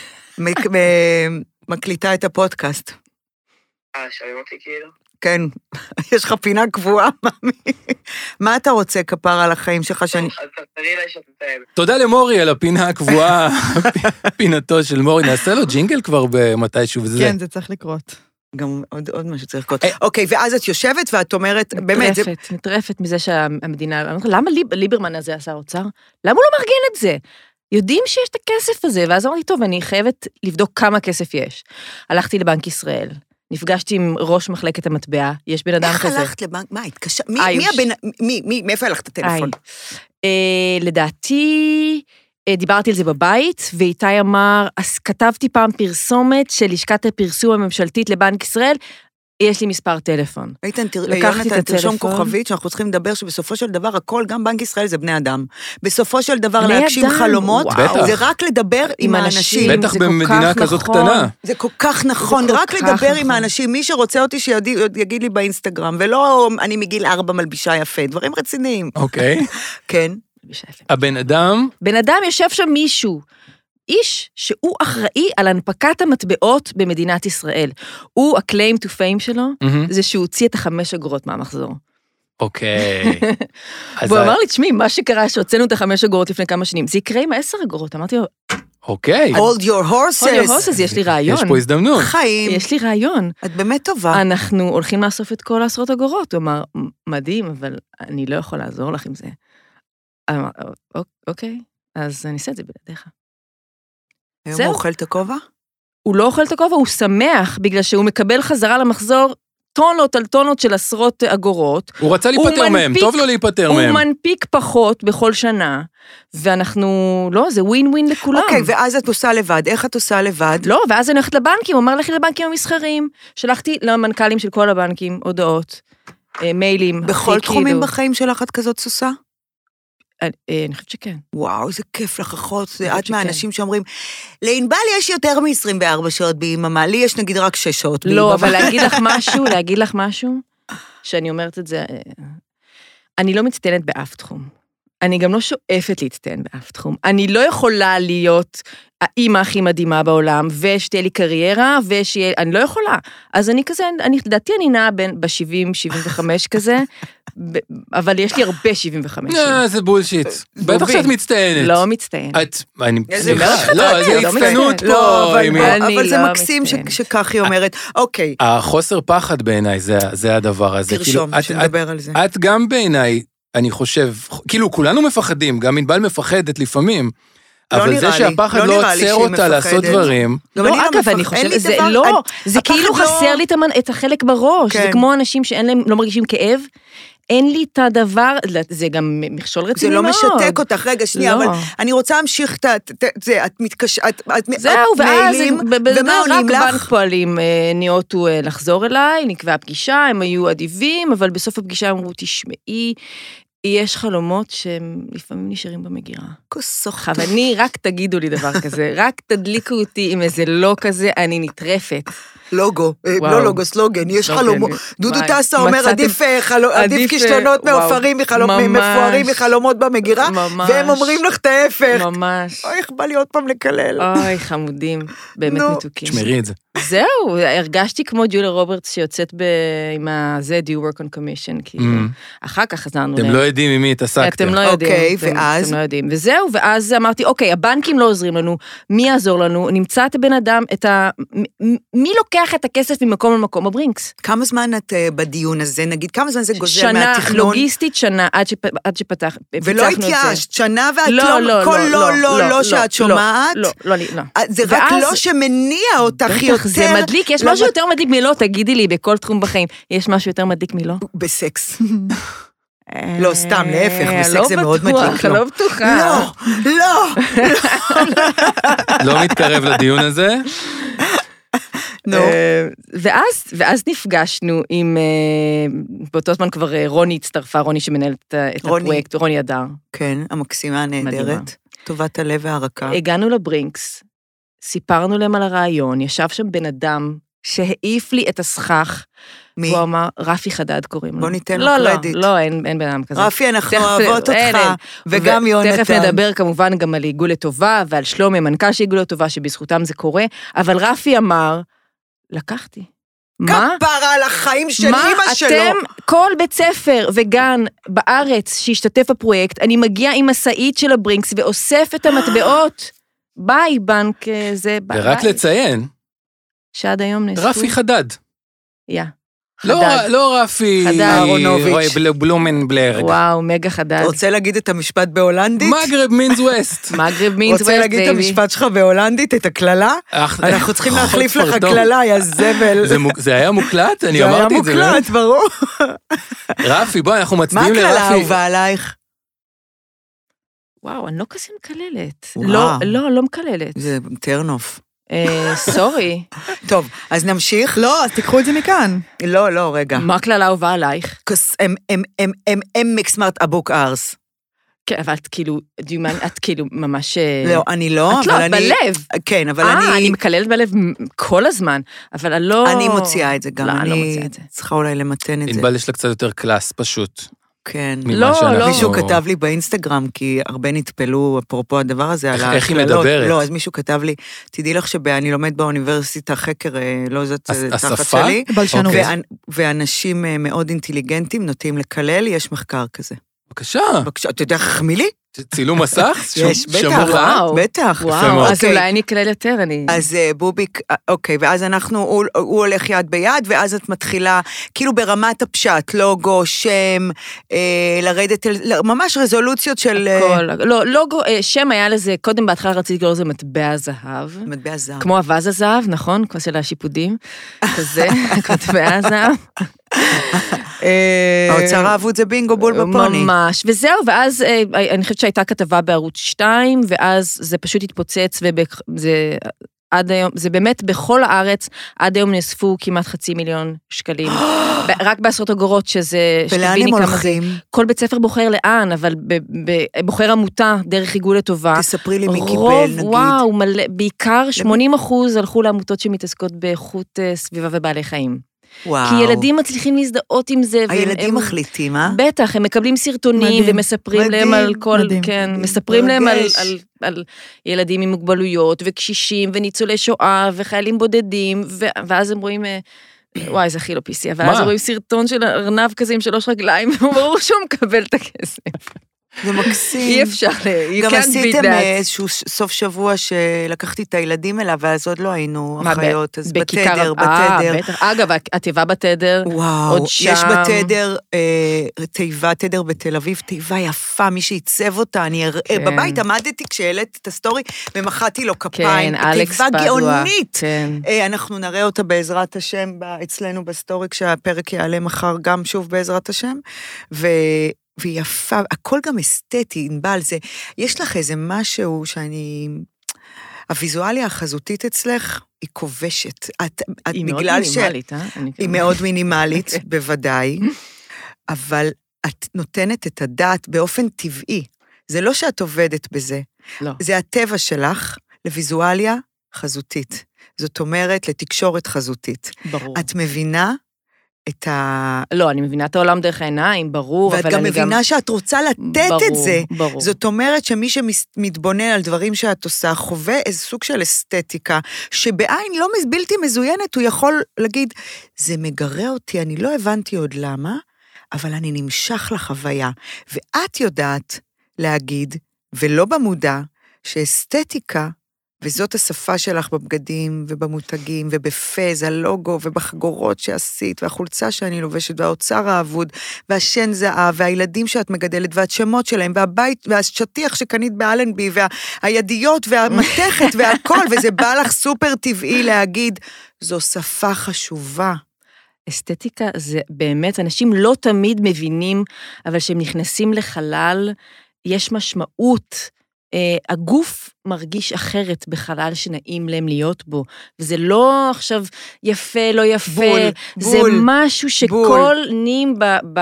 מקליטה את הפודקאסט. שומעים אותי כאילו? כן, יש לך פינה קבועה, ממי. מה אתה רוצה, כפר על החיים שלך שאני... אז תראי לי שאת מתאם. תודה למורי על הפינה הקבועה, פינתו של מורי. נעשה לו ג'ינגל כבר במתישהו וזה. כן, זה צריך לקרות. גם עוד משהו צריך לקרות. אוקיי, ואז את יושבת ואת אומרת, באמת... מטרפת מזה שהמדינה... למה ליברמן הזה עשה אוצר? למה הוא לא מארגן את זה? יודעים שיש את הכסף הזה, ואז אמרתי, טוב, אני חייבת לבדוק כמה כסף יש. הלכתי לבנק ישראל, נפגשתי עם ראש מחלקת המטבע, יש בן אדם כזה. איך הלכת לבנק? מה, התקשר? מאיפה הלכת את הטלפון? לדעתי... דיברתי על זה בבית, ואיתי אמר, אז כתבתי פעם פרסומת של לשכת הפרסום הממשלתית לבנק ישראל, יש לי מספר טלפון. איתן, יונתן, תרשום כוכבית, שאנחנו צריכים לדבר שבסופו של דבר הכל, גם בנק ישראל זה בני אדם. בסופו של דבר להגשים חלומות, זה רק לדבר עם האנשים. בטח במדינה כזאת קטנה. זה כל כך נכון, רק לדבר עם האנשים, מי שרוצה אותי שיגיד לי באינסטגרם, ולא אני מגיל 4 מלבישה יפה, דברים רציניים. אוקיי. כן. הבן אדם... בן אדם יושב שם מישהו, איש שהוא אחראי על הנפקת המטבעות במדינת ישראל. הוא, ה-claim to fame שלו, זה שהוא הוציא את 5 אגורות מהמחזור. אוקיי. והוא אמר לי, תשמעי, מה שקרה שהוצאנו את 5 אגורות לפני כמה שנים, זה יקרה עם 10 אגורות. אמרתי לו, אוקיי. hold your horses. יש לי רעיון. יש פה הזדמנות. חיים. יש לי רעיון. את באמת טובה. אנחנו הולכים לאסוף את כל 10 אגורות. הוא אמר, מדהים, אבל אני לא יכול לעזור לך עם זה. אוקיי, אז אני אעשה את זה בלעדיך. היום הוא אוכל את הכובע? הוא לא אוכל את הכובע, הוא שמח, בגלל שהוא מקבל חזרה למחזור טונות על טונות של 10 אגורות. הוא רצה להיפטר מהם, טוב לו להיפטר מהם. הוא מנפיק פחות בכל שנה, ואנחנו, לא, זה ווין ווין לכולם. אוקיי, ואז את עושה לבד, איך את עושה לבד? לא, ואז אני הולכת לבנקים, הוא אמר לכי לבנקים המסחרים, שלחתי למנכ"לים של כל הבנקים, הודעות, מיילים. בכל תחומים בחיים שלך את כזאת סוסה? אני חושבת שכן. וואו, איזה כיף לך אחות, את מהאנשים שאומרים, לענבל יש יותר מ-24 שעות ביממה, לי יש נגיד רק 6 שעות ביממה. לא, אבל להגיד לך משהו, שאני אומרת את זה, אני לא מצטיינת באף תחום. אני גם לא שואפת להצטיין באף תחום. אני לא יכולה להיות האמא הכי מדהימה בעולם, ושתהיה לי קריירה, אני לא יכולה. אז אני כזה, לדעתי אני נעה ב-70, 75 כזה, אבל יש לי הרבה 75. זה בולשיט. בטח שאת מצטיינת. לא מצטיינת. סליחה, לא, זה הצטיינות פה. אבל זה מקסים שכך היא אומרת. אוקיי. החוסר פחד בעיניי, זה הדבר הזה. תרשום, שנדבר על זה. את גם בעיניי, אני חושב, כאילו כולנו מפחדים, גם ענבל מפחדת לפעמים, אבל זה שהפחד לא עוצר אותה לעשות דברים. לא, אגב, אני חושבת, זה כאילו חסר לי את החלק בראש, זה כמו אנשים שאין להם, לא מרגישים כאב, אין לי את הדבר, זה גם מכשול רציני מאוד. זה לא משתק אותך, רגע, שנייה, אבל אני רוצה להמשיך את זה, את מתקשרת, זהו, ואז, רק בנק פועלים ניאותו לחזור אליי, נקבעה פגישה, הם היו אדיבים, אבל בסוף הפגישה אמרו, תשמעי, יש חלומות שהם לפעמים נשארים במגירה. כוסוך. אני, רק תגידו לי דבר כזה, רק תדליקו אותי עם איזה לא כזה, אני נטרפת. לוגו, לא לוגו, סלוגן, יש חלומות. דודו טסה אומר, עדיף כישלונות מפוארים מחלומות במגירה, והם אומרים לך את ההפך. ממש. אוי, איך בא לי עוד פעם לקלל. אוי, חמודים, באמת מתוקים. תשמרי את זה. זהו, הרגשתי כמו ג'וליה רוברטס שיוצאת עם זה, Do you work on commission, כאילו. אחר כך חזרנו אתם לא יודעים עם מי התעסקתם. אתם לא יודעים. אוקיי, ואז? אתם לא יודעים. וזהו, ואז אמרתי, אוקיי, הבנקים לא עוזרים לנו, מי יעזור לנו? נמצא את הבן אדם, מי לוקח את הכסף ממקום למקום? הברינקס. כמה זמן את בדיון הזה? נגיד, כמה זמן זה גוזר מהתכנון? שנה, לוגיסטית שנה, עד שפתח. ולא התייאשת, שנה ואת לא, כל לא שאת שומעת? לא. זה רק לא שמניע אותך יותר. זה מדליק, יש משהו יותר מדליק מלא, תגידי לי, בכל תחום בחיים, יש משהו יותר מדליק מלא? בסקס. לא, סתם, להפך, בסקס זה מאוד מדליק. לא בטוחה. לא. לא מתקרב לדיון הזה. ואז נפגשנו עם, באותו זמן כבר רוני הצטרפה, רוני שמנהלת את הפרויקט, רוני אדר. כן, המקסימה הנהדרת. טובת הלב והרקה. הגענו לברינקס, סיפרנו להם על הרעיון, ישב שם בן אדם שהעיף לי את הסכך, והוא אמר, רפי חדד קוראים לו. בוא ניתן לו קרדיט. לא, אין בן אדם כזה. רפי, אנחנו אוהבות אותך, וגם יונתן. תכף נדבר כמובן גם על עיגול לטובה, ועל שלומי, מנכ"ל של עיגול לטובה, שבזכותם זה קורה, אבל רפי אמר, לקחתי. מה? כפרה על החיים של אמא שלו. מה אתם, כל בית ספר וגן בארץ שהשתתף בפרויקט, אני מגיע עם מסעית של הברינקס, ואוסף את המטבעות, ביי, בנק זה, ביי. ורק לציין, שעד היום נאספו. רפי חדד. חדד. לא רפי אהרונוביץ'. בלומנבלר. וואו, מגה חדד. רוצה להגיד את המשפט בהולנדית? מגרב מינס ווסט. מגרב מינס ווסט, רוצה להגיד את המשפט שלך בהולנדית, את הכללה? אנחנו צריכים להחליף לך כללה, יא זבל. זה היה מוקלט? אני אמרתי את זה. זה היה מוקלט, ברור. רפי, בואי, אנחנו מצביעים לרפי. מה הכללה אהובה עלייך? וואו, אני לא כזה מקללת. וואו. לא מקללת. זה טרנוף. סורי. טוב, אז נמשיך. לא, אז תיקחו את זה מכאן. לא, רגע. מה הכללה אהובה עלייך? הם מקסמרט אבוק ארס. כן, אבל את כאילו, את כאילו ממש... לא, אני לא, אבל אני... את לא, בלב. כן, אבל אני... אני מקללת בלב כל הזמן, אבל אני לא... אני מוציאה את זה גם, לא, אני לא מוציאה את זה. צריכה אולי למתן את זה. ענבל יש לה קצת יותר קלאס, פשוט. כן. לא. מישהו כתב לי באינסטגרם, כי הרבה נטפלו, אפרופו הדבר הזה, על איך היא מדברת? לא, אז מישהו כתב לי, תדעי לך שאני לומד באוניברסיטה חקר, לא זאת תחת שלי. בלשנות. ואנשים מאוד אינטליגנטים נוטים לקלל, יש מחקר כזה. בבקשה. אתה יודע, חכמי לי? צילום מסך? יש, בטח. וואו, אז אולי אני אקלל יותר, אני... אז בוביק, אוקיי, ואז הוא הולך יד ביד, ואז את מתחילה, כאילו ברמת הפשט, לוגו, שם, לרדת, ממש רזולוציות של... לא, לוגו, שם היה לזה, קודם בהתחלה רציתי לקרוא לזה מטבע זהב. מטבע זהב. כמו אבז הזהב, נכון? כמו של השיפודים. כזה, מטבע זהב. האוצר אהבו את זה בינגו בול בפוני. ממש, וזהו, ואז אני חושבת שהייתה כתבה בערוץ 2, ואז זה פשוט התפוצץ, וזה עד היום, זה באמת בכל הארץ, עד היום נאספו כמעט 500,000 שקלים, רק בעשרות אגורות, שזה... ולאן הם הולכים? כל בית ספר בוחר לאן, אבל בוחר עמותה, דרך עיגול לטובה. תספרי לי מי קיבל, נגיד. וואו, בעיקר 80% הלכו לעמותות שמתעסקות באיכות סביבה ובעלי חיים. וואו. כי ילדים מצליחים להזדהות עם זה. הילדים מחליטים, אה? בטח, הם מקבלים סרטונים מדהים, ומספרים להם על כל, מדהים. כן, מספרים להם מרגש. על ילדים עם מוגבלויות וקשישים וניצולי שואה וחיילים בודדים, ואז הם רואים, וואי, זה הכי לא פיסי, ואז הם רואים סרטון של ארנב כזה עם 3 רגליים, וברור שהוא מקבל את הכסף. זה מקסים. אי אפשר, גם עשיתם איזשהו סוף שבוע שלקחתי את הילדים אליו, ואז עוד לא היינו אחיות, אז בתדר. אגב, התיבה בתדר, וואו, עוד שם. יש בתדר, תיבה בתל אביב, תיבה יפה, מי שעיצב אותה, אני בבית עמדתי כשהעלת את הסטורי, ומחאתי לו כפיים, תיבה גאונית. אנחנו נראה אותה בעזרת השם, אצלנו בסטורי, כשהפרק יעלה מחר גם שוב בעזרת השם, והיא יפה, הכל גם אסתטי, ענבל, זה, יש לך איזה משהו שאני, הוויזואליה החזותית אצלך, היא כובשת. היא מאוד מינימלית, היא מאוד מינימלית, בוודאי, אבל את נותנת את הדעת באופן טבעי. זה לא שאת עובדת בזה. לא. זה הטבע שלך לוויזואליה חזותית. זאת אומרת, לתקשורת חזותית. ברור. את מבינה את לא, אני מבינה את העולם דרך העיניים, ברור, ואת גם מבינה שאת רוצה לתת ברור, את זה. ברור. זאת אומרת שמי שמתבונן על דברים שאת עושה, חווה איזה סוג של אסתטיקה, שבעין לא בלתי מזוינת, הוא יכול להגיד, זה מגרה אותי, אני לא הבנתי עוד למה, אבל אני נמשך לחוויה. ואת יודעת להגיד, ולא במודע, שאסתטיקה, וזאת השפה שלך בבגדים ובמותגים ובפז, הלוגו ובחגורות שעשית, והחולצה שאני לובשת, והאוצר האבוד, והשן זהב, והילדים שאת מגדלת, והשמות שלהם, והבית, והשטיח שקנית באלנבי, והידיות והמתכת והכל, וזה בא לך סופר טבעי להגיד, זו שפה חשובה. אסתטיקה זה באמת, אנשים לא תמיד מבינים, אבל כשהם נכנסים לחלל, יש משמעות, הגוף מרגיש אחרת בחלל שנעים להם להיות בו, וזה לא עכשיו יפה, לא יפה, זה משהו שכל נים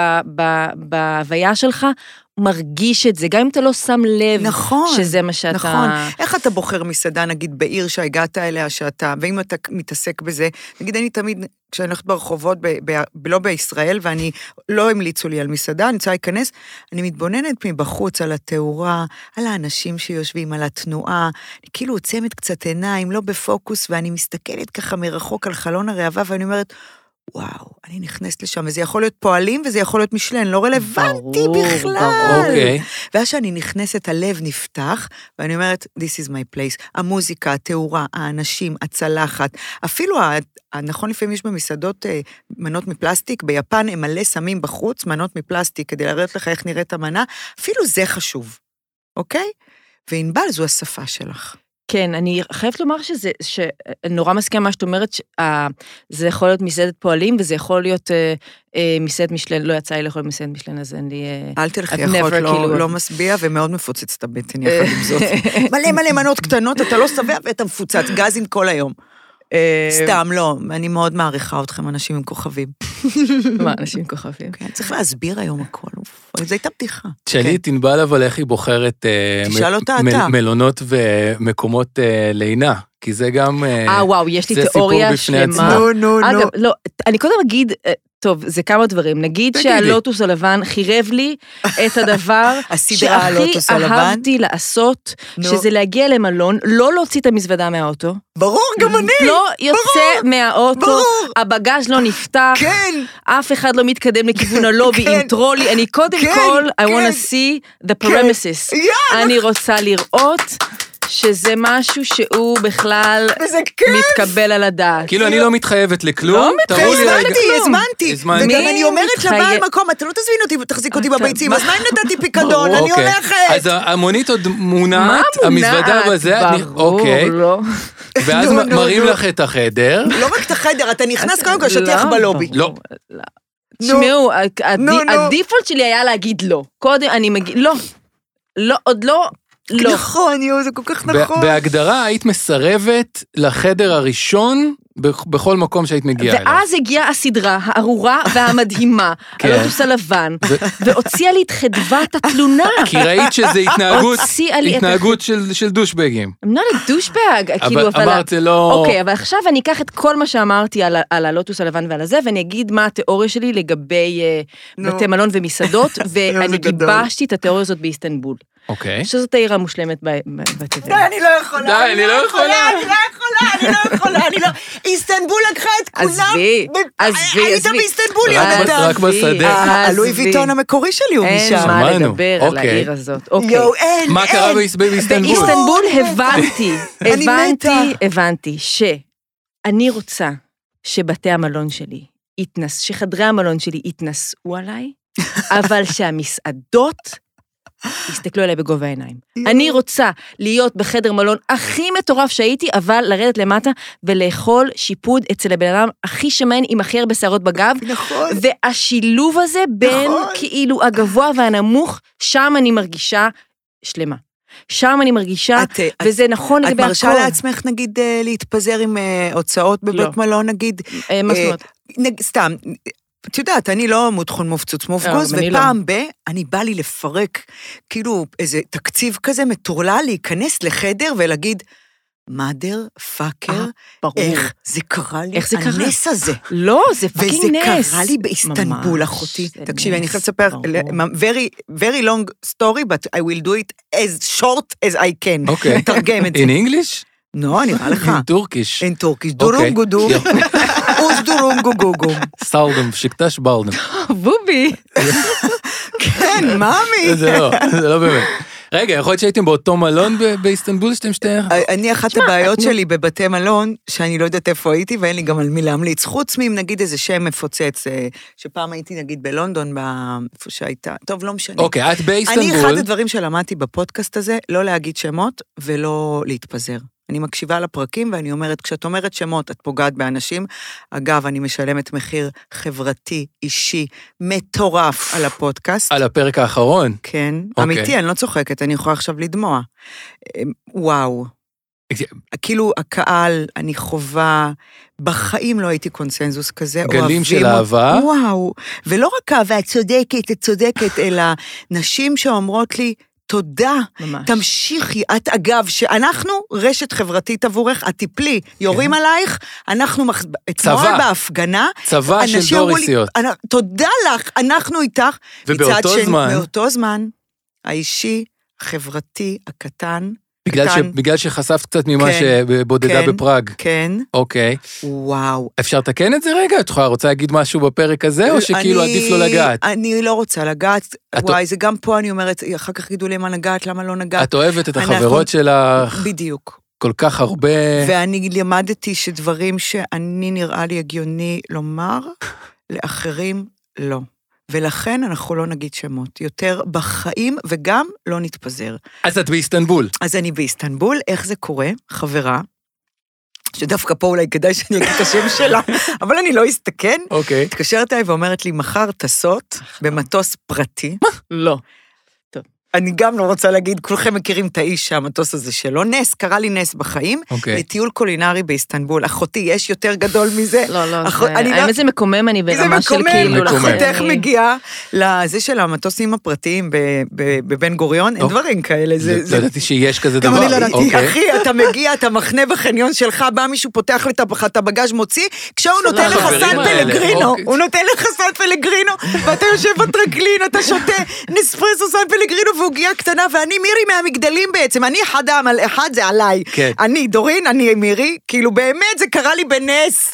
בהוויה שאתה מרגיש את זה, גם אם אתה לא שם לב שזה מה שאתה... נכון, איך אתה בוחר מסעדה, נגיד בעיר שהגעת אליה שאתה, ואם אתה מתעסק בזה, נגיד אני תמיד, כשאני הולכת ברחובות, לא בישראל, ואני לא המליצו לי על מסעדה, אני צריכה להיכנס, אני מתבוננת מבחוץ על התאורה, על האנשים שיושבים, על התנועה, אני כאילו עוצמת קצת עיניים, לא בפוקוס, ואני מסתכלת ככה מרחוק על חלון הראווה, ואני אומרת, וואו, אני נכנסת לשם, וזה יכול להיות פועלים, וזה יכול להיות משלן, לא רלוונטי בכלל. אוקיי. ואז שאני נכנסת, הלב נפתח, ואני אומרת, this is my place. המוזיקה, התאורה, האנשים, הצלחת, אפילו, נכון לפעמים יש במסעדות מנות מפלסטיק, ביפן הם מלא שמים בחוץ, מנות מפלסטיק, כדי להראות לך איך נראית המנה, אפילו זה חשוב, אוקיי? וענבל, זו השפה שלך. כן, אני חייבת לומר שנורא מסכים מה שאת אומרת, זה יכול להיות מסעדת פועלים, וזה יכול להיות מסעדת משלן, לא יצא לי לאכול מסעדת משלן, אז אין לי... אל תלכי אחות, לא משביע, ומאוד מפוצץ את הבטן יחד עם זאת. מלא מנות קטנות, אתה לא שבע ואתה מפוצץ, גזים כל היום. סתם, לא, אני מאוד מעריכה אתכם, אנשים עם כוכבים. מה, אנשים עם כוכבים? כן, צריך להסביר היום הכל, זו הייתה פתיחה. תשאלי את ענבל, אבל איך היא בוחרת מלונות ומקומות לינה, כי זה גם... וואו, יש לי תיאוריה שלמה. אגב, לא, אני קודם אגיד... טוב, זה כמה דברים. נגיד שהלוטוס הלבן חירב לי את הדבר שהכי אהבתי לעשות, שזה להגיע למלון, לא להוציא את המזוודה מהאוטו. ברור, גם אני. לא יוצא מהאוטו, הבגז' לא נפתח, אף אחד לא מתקדם לכיוון הלובי עם טרולי, אני קודם כל, I want to see the premises. אני רוצה לראות... שזה משהו שהוא בכלל מתקבל על הדעת. כאילו אני לא מתחייבת לכלום. הזמנתי. וגם אני אומרת לבעל מקום, אתה לא תזמין אותי ותחזיק אותי בביצים, אז מה אם נתתי פיקדון? אני הולכת. אז המונית עוד מונעת, המזוודה בזה, אוקיי. ואז מראים לך את החדר. לא רק את החדר, אתה נכנס קודם כל שטיח בלובי. לא. תשמעו, הדיפולט שלי היה להגיד לא. קודם אני מגיד, לא. לא, עוד לא. נכון, זה כל כך נכון. בהגדרה היית מסרבת לחדר הראשון בכל מקום שהיית מגיעה אליו. ואז הגיעה הסדרה הארורה והמדהימה, הלוטוס הלבן, והוציאה לי את חדוות התלונה. כי ראית שזה התנהגות של דושבגים. I'm not a douchebag, כאילו, אבל... אמרת, זה לא... אוקיי, אבל עכשיו אני אקח את כל מה שאמרתי על הלוטוס הלבן ועל הזה, ואני אגיד מה התיאוריה שלי לגבי בתי מלון ומסעדות, ואני גיבשתי את התיאוריה הזאת באיסטנבול. אוקיי. שזאת העיר המושלמת בתבל. די, אני לא יכולה. די, אני לא יכולה. איסטנבול לקחה את כולם. עזבי. היית באיסטנבול, יונתן. רק בשדה. הלואי ויטון המקורי שלי הוא משם. אין מה שמענו. לדבר על העיר הזאת. יואו, אין. מה קרה באיסטנבול? באיסטנבול הבנתי שאני רוצה שבתי המלון שלי שחדרי המלון שלי יתנסו עליי, אבל שהמסעדות הסתכלו עליי בגובה העיניים. אני רוצה להיות בחדר מלון הכי מטורף שהייתי, אבל לרדת למטה ולאכול שיפוד אצל הבן אדם הכי שמן עם הכי הרבה שערות בגב. נכון. והשילוב הזה בין כאילו הגבוה והנמוך, שם אני מרגישה שלמה. שם אני מרגישה, וזה נכון לגבי הכל. את מרשה לעצמך, נגיד, להתפזר עם הוצאות בבית מלון, נגיד? מה זאת אומרת? סתם, את יודעת, אני לא מותחון מופצוץ מופגוז, ופעם אני בא לי לפרק, כאילו איזה תקציב כזה מטורלל, להיכנס לחדר ולהגיד, mother fucker, איך זה קרה לי, הנס הזה. לא, זה פאקינג נס. וזה קרה לי באיסטנבול, אחותי. תקשיבי, אני חייבת לספר, very long story, but I will do it as short as I can. אוקיי. תרגם את זה. In English? לא, נראה לך. In Turkish. In Turkish. דורום גודום. אוס דורום גוגוגום. סאלדם, שקטש בלדם. בובי. כן, מאמי. זה לא באמת. רגע, יכול להיות שהייתם באותו מלון באיסטנבול שאתם שתי... אני אחת הבעיות שלי בבתי מלון, שאני לא יודעת איפה הייתי, ואין לי גם על מי להמליץ, חוץ מי, נגיד איזה שם מפוצץ, שפעם הייתי נגיד בלונדון, איפה שהייתה, טוב, לא משנה. אוקיי, את באיסטנבול... אני אחד הדברים שלמדתי בפודקאסט הזה, לא להגיד שמות ולא להתפזר. אני מקשיבה לפרקים ואני אומרת, כשאת אומרת שמות, את פוגעת באנשים. אגב, אני משלמת מחיר חברתי, אישי, מטורף על הפודקאסט. על הפרק האחרון? כן, אמיתי, אני לא צוחקת, אני יכולה עכשיו לדמוע. וואו. כאילו, הקהל, אני חובה, בחיים לא הייתי קונסנזוס כזה. גלים של אהבה. וואו. ולא רק אהבה, את צודקת, אלא נשים שאומרות לי, תודה, תמשיכי, את אגב, שאנחנו רשת חברתית עבורך, את תיפלי, יורים עלייך, אנחנו אתמול בהפגנה, צבא של דוריסיות. תודה לך, אנחנו איתך. ובאותו זמן, האישי, החברתי, הקטן, בגלל שחשפת קצת ממה שבודדה בפראג. כן. אוקיי. וואו. אפשר לתקן את זה רגע? את רוצה להגיד משהו בפרק הזה, או שכאילו עדיף לא לגעת? אני לא רוצה לגעת. וואי, זה גם פה אני אומרת, אחר כך יגידו לי מה לגעת, למה לא לגעת. את אוהבת את החברות שלך. בדיוק. כל כך הרבה... ואני למדתי שדברים שאני נראה לי הגיוני לומר, לאחרים לא. ולכן אנחנו לא נגיד שמות, יותר בחיים וגם לא נתפזר. אז את באיסטנבול. אז אני באיסטנבול, איך זה קורה? חברה, שדווקא פה אולי כדאי שאני אגיד את השם שלה, אבל אני לא אסתכן. אוקיי. התקשרת אליי ואומרת לי, מחר טסות במטוס פרטי. לא. אני גם לא רוצה להגיד, כולכם מכירים את האיש שהמטוס הזה שלו, נס, קרה לי נס בחיים, לטיול קולינרי באיסטנבול. אחותי, יש יותר גדול מזה? לא, האמת זה מקומם, אני ברמה של כאילו... אחותך מגיעה לזה של המטוסים הפרטיים בבן גוריון, אין דברים כאלה. לא ידעתי שיש כזה דבר. גם אני לא ידעתי, אחי, אתה מגיע, אתה מחנה בחניון שלך, בא מישהו פותח לך את הבגז מוציא, כשהוא נותן לך סן פלגרינו, הוא נותן לך סן פלגרינו, ואתה יושב בטרקלין, אתה שותה נספרסו סן פלגרינו, והוגיעה קטנה, ואני מירי מהמגדלים בעצם, אני אחד זה עליי. אני דורין, אני מירי, כאילו באמת זה קרה לי בנס.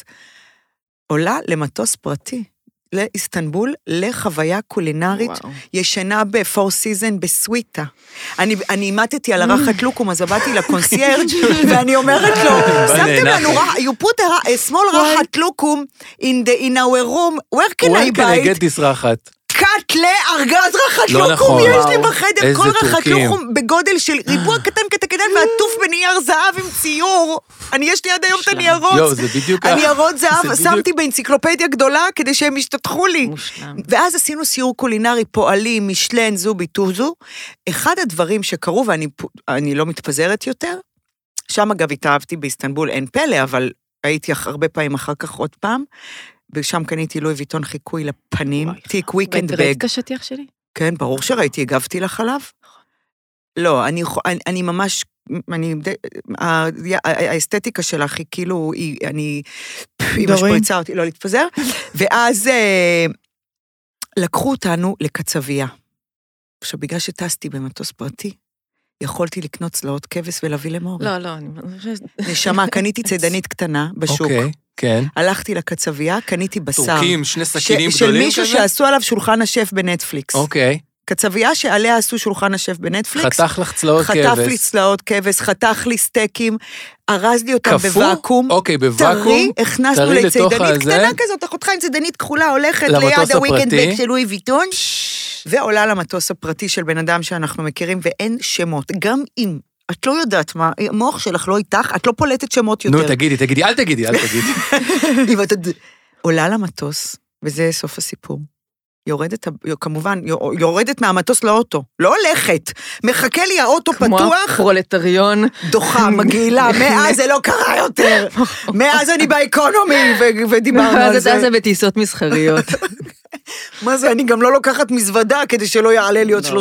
עולה למטוס פרטי, לאיסטנבול, לחוויה קולינרית, ישנה בפור סיזן בסוויטה. אני אימתתי על הרחת לוקום, אז באתי לקונסיירג' ואני אומרת לו, שמתם לנו, you put a small רחת לוקום in our room, where can I buy it? Where can I get this רחת? קאט לארגז רחת לוקום, יש לי בחדר, כל רחת לוקום בגודל של ריבוע קטן ועטוף בנייר זהב עם ציור. יש לי עד היום את הניירות. הניירות זהב, שמתי באנציקלופדיה גדולה כדי שהם ישתתחו לי. ואז עשינו סיור קולינרי, פועלים, משלן, זובי, טוזו. אחד הדברים שקרו, ואני לא מתפזרת יותר, שם אגב התאהבתי באיסטנבול, אין פלא, אבל הייתי הרבה פעמים אחר כך עוד פעם, ושם קניתי לואי ויטון חיקוי לפנים, תיק וויקנד בג. ראית את השטיח שלי? כן, ברור שראיתי, הגבתי לך עליו. לא, אני ממש, האסתטיקה שלך היא כאילו, אני, היא משפריצה אותי, לא להתפזר, ואז לקחו אותנו לקצביה. עכשיו, בגלל שטסתי במטוס פרטי, יכולתי לקנות צלעות כבש ולהביא למורי. לא, אני... נשמה, קניתי צידנית קטנה בשוק. אוקיי, כן. הלכתי לקצביה, קניתי בשר. טורקים, שני סכינים של גדולים מישהו כזה? שעשו עליו שולחן השף בנטפליקס. אוקיי. קצביה שעליה עשו שולחן השף בנטפליקס. חתך לך צלעות כבש. חטף לי צלעות כבש, חתך לי סטייקים, ארז לי אותם קפוא? בוואקום. אוקיי, בוואקום. טרי, הכנסנו טרי לתוך לצידנית הזה. קטנה כזאת, אחותך עם צידנית כחולה הולכת למטוס ליד הוויקנד הפרטי. בק של לואי ויטון, ועולה למטוס הפרטי של בן אדם שאנחנו מכירים, ואין שמות. גם אם את לא יודעת מה, המוח שלך לא איתך, את לא פולטת שמות יותר. נו, תגידי, אל תגידי. אם את עולה למטוס, וזה סוף הסיפור. יורדת, כמובן, יורדת מהמטוס לאוטו, לא הולכת, מחכה לי האוטו כמו פתוח, הפרולטריון. דוחה, מגעילה, מאז זה לא קרה יותר, מאז אני באקונומי, ודיברנו על זה. ואז זה בטיסות מסחריות. מה זה, אני גם לא לוקחת מזוודה, כדי שלא יעלה לי עוד $30.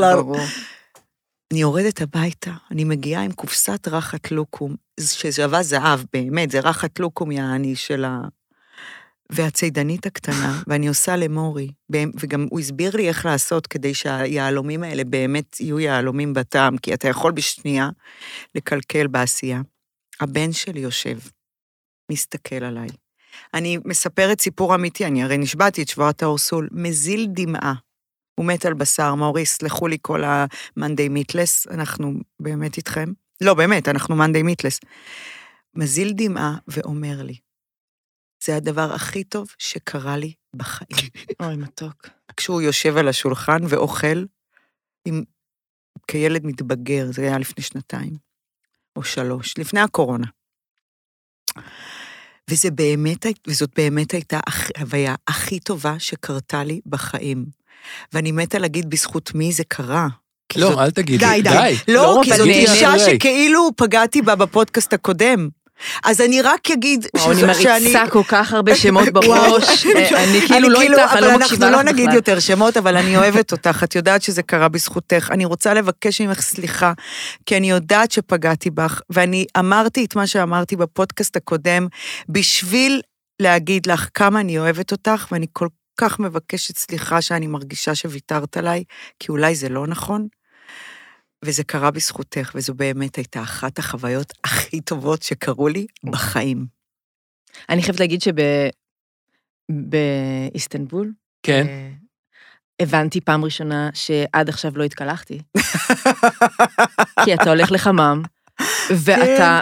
אני יורדת הביתה, אני מגיעה עם קופסת רחת לוקום, ששווה זהב, באמת, זה רחת לוקום יעני שלה, והצידנית הקטנה, ואני עושה למורי, וגם הוא הסביר לי איך לעשות, כדי שהיהלומים האלה באמת יהיו יהלומים בטעם, כי אתה יכול בשנייה לקלקל בעשייה. הבן שלי יושב, מסתכל עליי. אני מספרת סיפור אמיתי, אני הרי נשבעתי את שבועת האורסול, מזיל דמעה. הוא מת על בשר, מורי, סלחו לי כל המנדי מיטלס, אנחנו באמת איתכם. לא, באמת, אנחנו מנדי מיטלס. מזיל דמעה ואומר לי, זה הדבר הכי טוב שקרה לי בחיים. אוי, מתוק. כשהוא יושב על השולחן ואוכל, כילד מתבגר, זה היה לפני 2 או 3, לפני הקורונה. וזאת באמת הייתה החוויה הכי טובה שקרתה לי בחיים. ואני מתה להגיד בזכות מי זה קרה. לא, אל תגידי. די. לא, כי זאת אישה שכאילו פגעתי בה בפודקאסט הקודם. אז אני רק אגיד אני מריצה כל כך הרבה שמות בראש, אני כאילו לא איתך, אני לא מקשיבה לך בכלל. אנחנו לא נגיד יותר שמות, אבל אני אוהבת אותך, את יודעת שזה קרה בזכותך, אני רוצה לבקש ממך סליחה, כי אני יודעת שפגעתי בך, ואני אמרתי את מה שאמרתי בפודקאסט הקודם, בשביל להגיד לך כמה אני אוהבת אותך, ואני כל כך מבקשת סליחה שאני מרגישה שוויתרת עליי, כי אולי זה לא נכון, וזה קרה בזכותך, וזו באמת הייתה אחת החוויות הכי טובות שקרו לי בחיים. אני חייבת להגיד שבאיסטנבול, כן. הבנתי פעם ראשונה שעד עכשיו לא התקלחתי. כי אתה הולך לחמם, ואתה...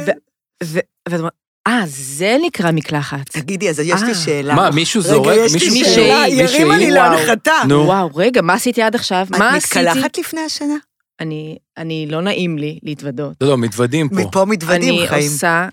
זה נקרא מקלחת. תגידי, אז יש לי שאלה. מה, מישהו זורק? רגע, יש לי שאלה, ירימה לי להנחתה. וואו, רגע, מה עשיתי עד עכשיו? את מתקלחת לפני השנה? אני לא נעים לי להתוודות. לא, מתוודים פה. מפה מתוודים חיים. אני עושה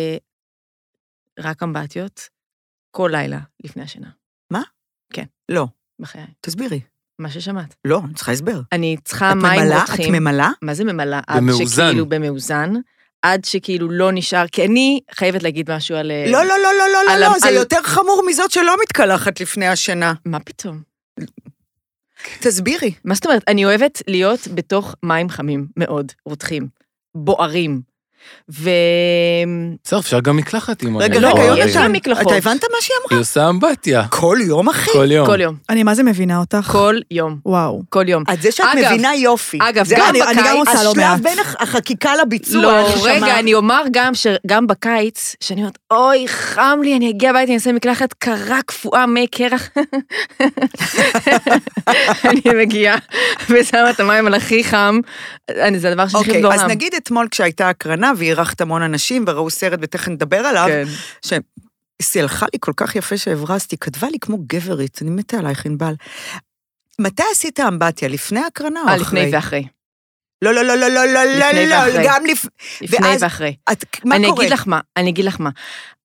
רק אמבטיות כל לילה לפני השינה. מה? כן. לא. בחיי. תסבירי. מה ששמעת. לא, אני צריכה הסבר. אני צריכה מים רותחים. את ממלאה? מה זה ממלאה? במאוזן. שכאילו במאוזן. עד שכאילו לא נשאר, כי אני חייבת להגיד משהו על... לא, זה יותר חמור מזאת שלא מתקלחת לפני השינה. מה פתאום? תסבירי. מה זאת אומרת? אני אוהבת להיות בתוך מים חמים מאוד, רותחים, בוערים, בסדר, אפשר גם מקלחת עם... רגע, יש לה מקלחות. אתה הבנת מה שהיא אמרה? היא עושה אמבטיה. כל יום, אחי? כל יום. אני מה זה מבינה אותך? כל יום. וואו. כל יום. אז זה שאת מבינה יופי. אגב, גם בקיץ... אני גם עושה לא מעט. השלב בין החקיקה לביצוע. לא, רגע, אני אומר גם בקיץ, שאני אומרת, אוי, חם לי, אני אגיע הביתה, אני אעשה מקלחת קרה, קפואה, מי קרח. אני מגיעה ושמה את המים על הכי חם, זה הדבר שאני הכי גדולה. אז נגיד אתמול כשהייתה הקרנה, והירחת המון אנשים, וראו סרט ותכף נדבר עליו, סלחה לי כל כך יפה שהברסתי, כתבה לי כמו גברית, אני מתה עלייך ענבל. מתי עשית אמבטיה? לפני הקרנה או אחרי? לפני ואחרי. לא, לפני ואחרי. גם לפני ואחרי. מה קורה? אני אגיד לך מה,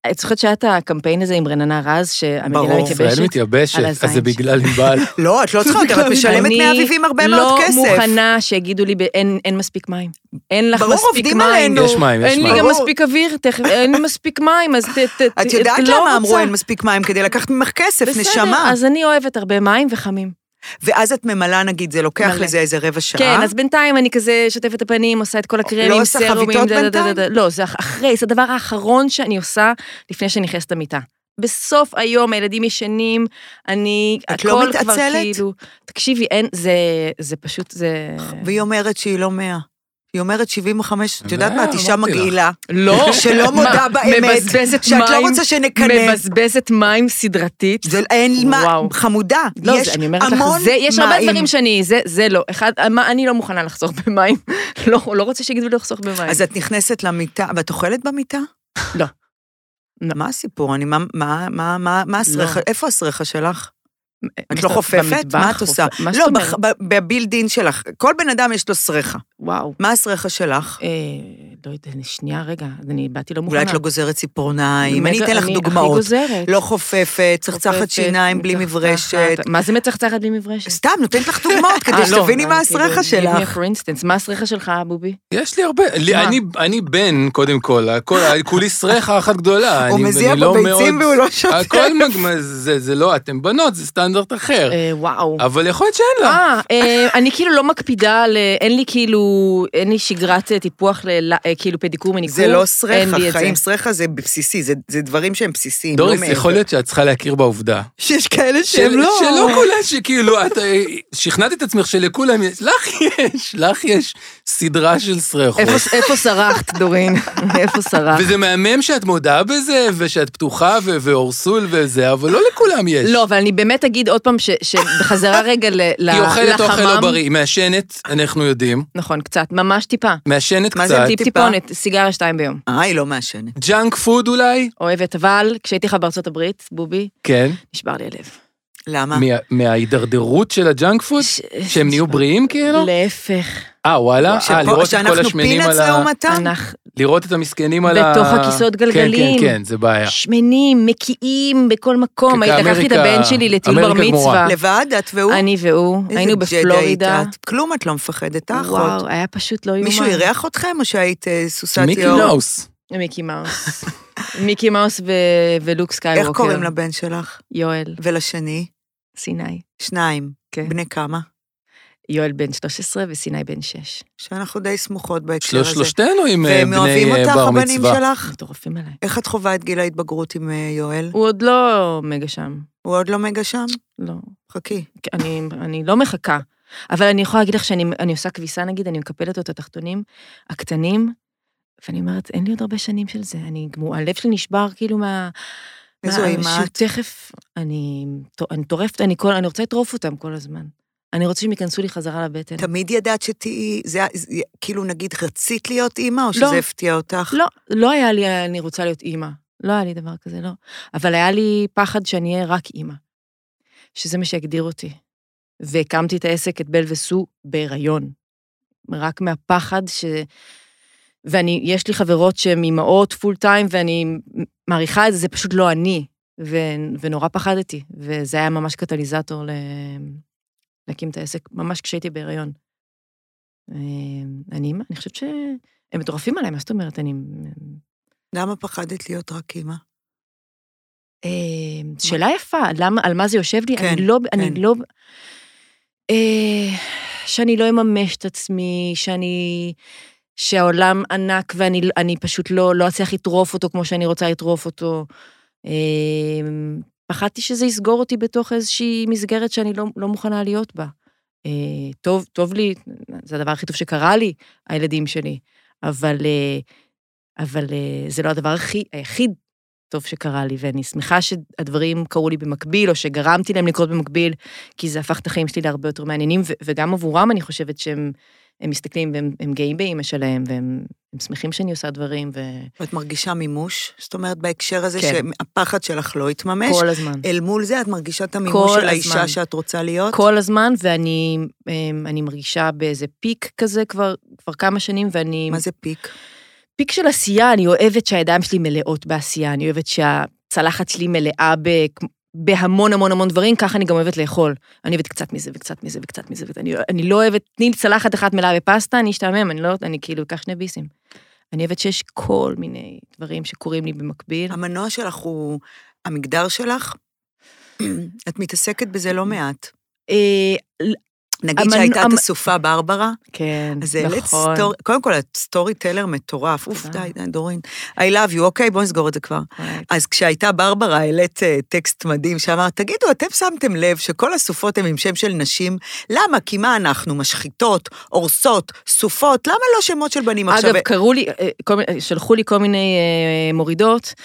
את זוכרת שהיה את הקמפיין הזה עם רננה רז, שהמדינה ברור. מתייבשת? ישראל מתייבשת, על אז הזין זה בגלל ענבל. לא, את לא צריכה יותר, את משלמת מאביבים הרבה מאוד כסף. אני לא מוכנה שיגידו לי, אין מספיק מים. אין לך ברור, מספיק עובדים מים. עלינו. יש מים, יש אין לי מים. גם ברור. מספיק אוויר, תכף, אין לי מספיק מים, אז את יודעת לא למה אמרו רוצה. אין מספיק מים? כדי לקחת ממך כסף, בסדר, נשמה. אז אני אוהבת הרבה מים וחמים. ואז את ממלאה, נגיד, זה לוקח מלא. לזה איזה רבע שעה. כן, אז בינתיים אני כזה שוטפת את הפנים, עושה את כל הקרמים, לא עושה חביתות בינתיים? לא, זה אחרי, זה הדבר האחרון שאני עושה לפני שאני נכנסת למיטה. בסוף היום הילדים ישנים, את לא מתעצלת? כאילו, תקשיבי, זה פשוט, זה... והיא אומרת שהיא לא 100. היא אומרת 75, את יודעת מה, את אישה אמרתי לך. מגעילה. לא. שלא מודה באמת, מבזבזת שאת לא מים, רוצה שנקנא. מבזבזת מים סדרתית. זה אין מה, וואו. חמודה, לא, יש אני אומרת לך, המון יש הרבה מים. דברים זה לא. אני לא מוכנה לחסוך במים. לא רוצה שיגידו לי לחסוך במים. אז את נכנסת למיטה, ואת אוכלת במיטה? לא. מה הסיפור? מה הסרחה? איפה הסרחה שלך? את לא חופפת? במטבח, מה את עושה? מה לא, זאת אומרת? בבילדין שלך. כל בן אדם יש לו סרחה. וואו. מה הסרחה שלך? לא יודע, שנייה, רגע, אני באתי לא מוכנה. אולי את לא גוזרת ציפורניים, אני באמת, אתן לך אני דוגמאות. הכי גוזרת. לא חופפת, צחצחת חופפת, שיניים בלי מצחצחת. מברשת. מה זה מצחצחת בלי מברשת? סתם, נותנת לך דוגמאות כדי שתביני מה הסרחה שלך. מה הסרחה שלך, בובי? יש לי הרבה, אני בן, קודם כל, כולי סרחה אחת גדולה. הוא אני מזיע לא בביצים מאוד- והוא לא שותה. הכל זה לא, אתם בנות, זה סטנדרט אחר. וואו. אבל יכול להיות שאין לה. אני כאילו לא מקפידה, אין לי שגרת טיפוח כאילו פדיקור מניקור. זה לא אין סרחה, לי את זה. חיים סרחה זה בסיסי, זה דברים שהם בסיסיים, לא דוריס, מעבר. יכול להיות שאת צריכה להכיר בעובדה. שיש כאלה שהם לא. שלא כולה שכאילו, את שכנעת את עצמך שלכולם יש, לך יש סדרה של סרחות. איפה שרחת, דורין? איפה שרחת? וזה מהמם שאת מודה בזה, ושאת פתוחה ואורסול וזה, אבל לא לכולם יש. לא, אבל אני באמת אגיד עוד פעם שבחזרה רגע לחמם. היא אוכלת אוכל לא בריא, היא מעשנת, אנחנו יודעים. נכון, קצת, ממש טיפה. מעשנת מה זה קצת. טיפה? טיפונת, סיגריה 2 ביום. היא לא מעשנת. ג'אנק פוד אולי? אוהבת, אבל כשהייתי לך בארצות הברית, בובי, כן. נשבר לי הלב. למה? מההידרדרות של הג'אנק פוד? שהם נהיו בריאים כאילו? להפך. וואלה? לראות את כל שאנחנו השמנים פינץ על ה... לעומתם? לראות את המסכנים על ה... בתוך הכיסאות גלגלים. כן, זה בעיה. שמנים, מקיאים, בכל מקום. כאמריקה- לקחתי את הבן שלי לטיול בר אמריקה גמורה. מצווה. לבד, את והוא? אני והוא, איזה היינו ג'דה בפלורידה. היית. כלום את לא מפחדת, האחות. וואו, היה פשוט לא יאומן. מישהו אירח אתכם או שהיית סוסת מיקי יאור? מאוס. מיקי מאוס. מיקי מאוס ולוק סקייווקר. איך קוראים לבן שלך? יואל, ולשני? סיני. 2. כן. בני כמה? יואל בן 13 וסיני בן 6. שאנחנו די סמוכות בהקשר הזה. שלושתנו עם והם אוהבים בני אותך, בר הבנים מצווה. שלך? מטורפים עליי. איך את חווה את גיל ההתבגרות עם יואל? הוא עוד לא מגה שם. הוא עוד לא מגה שם? לא. חכי. אני לא מחכה. אבל אני יכולה להגיד לך שאני עושה כביסה, נגיד, אני מקפלת את התחתונים הקטנים, ואני אומרת, אין לי עוד הרבה שנים של זה. הלב שלי נשבר כאילו איזו אימה את? תכף, אני טורפת, אני רוצה לטרוף אותם כל הזמן. אני רוצה שהם ייכנסו לי חזרה לבטן. תמיד ידעת שתהיי, כאילו נגיד רצית להיות אימא, או לא. שזה הפתיע אותך? לא היה לי, אני רוצה להיות אימא. לא היה לי דבר כזה, לא. אבל היה לי פחד שאני אהיה רק אימא. שזה מה שיגדיר אותי. והקמתי את העסק, את בל וסו, בהיריון. רק מהפחד יש לי חברות שהן אימהות פול טיים, ואני מעריכה את זה, זה פשוט לא אני. ונורא פחדתי. וזה היה ממש קטליזטור להקים את העסק, ממש כשהייתי בהיריון. אני חושבת שהם מטורפים עליי, מה זאת אומרת? למה פחדת להיות רק אימא? שאלה יפה, על מה זה יושב לי? כן, אני לא... שאני לא אממש את עצמי, שהעולם ענק ואני פשוט לא אצליח לטרוף אותו כמו שאני רוצה לטרוף אותו. פחדתי שזה יסגור אותי בתוך איזושהי מסגרת שאני לא מוכנה להיות בה. טוב לי, זה הדבר הכי טוב שקרה לי, הילדים שלי, אבל זה לא הדבר היחיד טוב שקרה לי, ואני שמחה שהדברים קרו לי במקביל, או שגרמתי להם לקרות במקביל, כי זה הפך את החיים שלי להרבה יותר מעניינים, וגם עבורם אני חושבת שהם מסתכלים, והם גאים באמא שלהם, והם שמחים שאני עושה דברים. ואת מרגישה מימוש? זאת אומרת, בהקשר הזה כן. שהפחד שלך לא יתממש? כל הזמן. אל מול זה את מרגישה את המימוש של האישה שאת רוצה להיות? כל הזמן, ואני מרגישה באיזה פיק כזה כבר כמה שנים, ואני... מה זה פיק? פיק של עשייה, אני אוהבת שהידיים שלי מלאות בעשייה, אני אוהבת שהצלחת שלי מלאה בהמון המון המון דברים, ככה אני גם אוהבת לאכול. אני אוהבת קצת מזה וקצת מזה וקצת מזה, אני לא אוהבת, תני לי צלחת אחת מלאה בפסטה, אני אשתעמם, אני כאילו אקח 2 ביסים. אני אוהבת שיש כל מיני דברים שקורים לי במקביל. המנוע שלך הוא המגדר שלך? את מתעסקת בזה לא מעט. נגיד שהייתה את הסופה ברברה, כן, נכון. קודם כל, את סטורי טלר מטורף, אוף, די, דורין. I love you, אוקיי, בואו נסגור את זה כבר. אז כשהייתה ברברה, העלית טקסט מדהים, שאמר, תגידו, אתם שמתם לב שכל הסופות הן עם שם של נשים? למה? כי מה אנחנו? משחיתות, אורסות, סופות, למה לא שמות של בנים? אגב, קראו לי, שלחו לי כל מיני מורידות,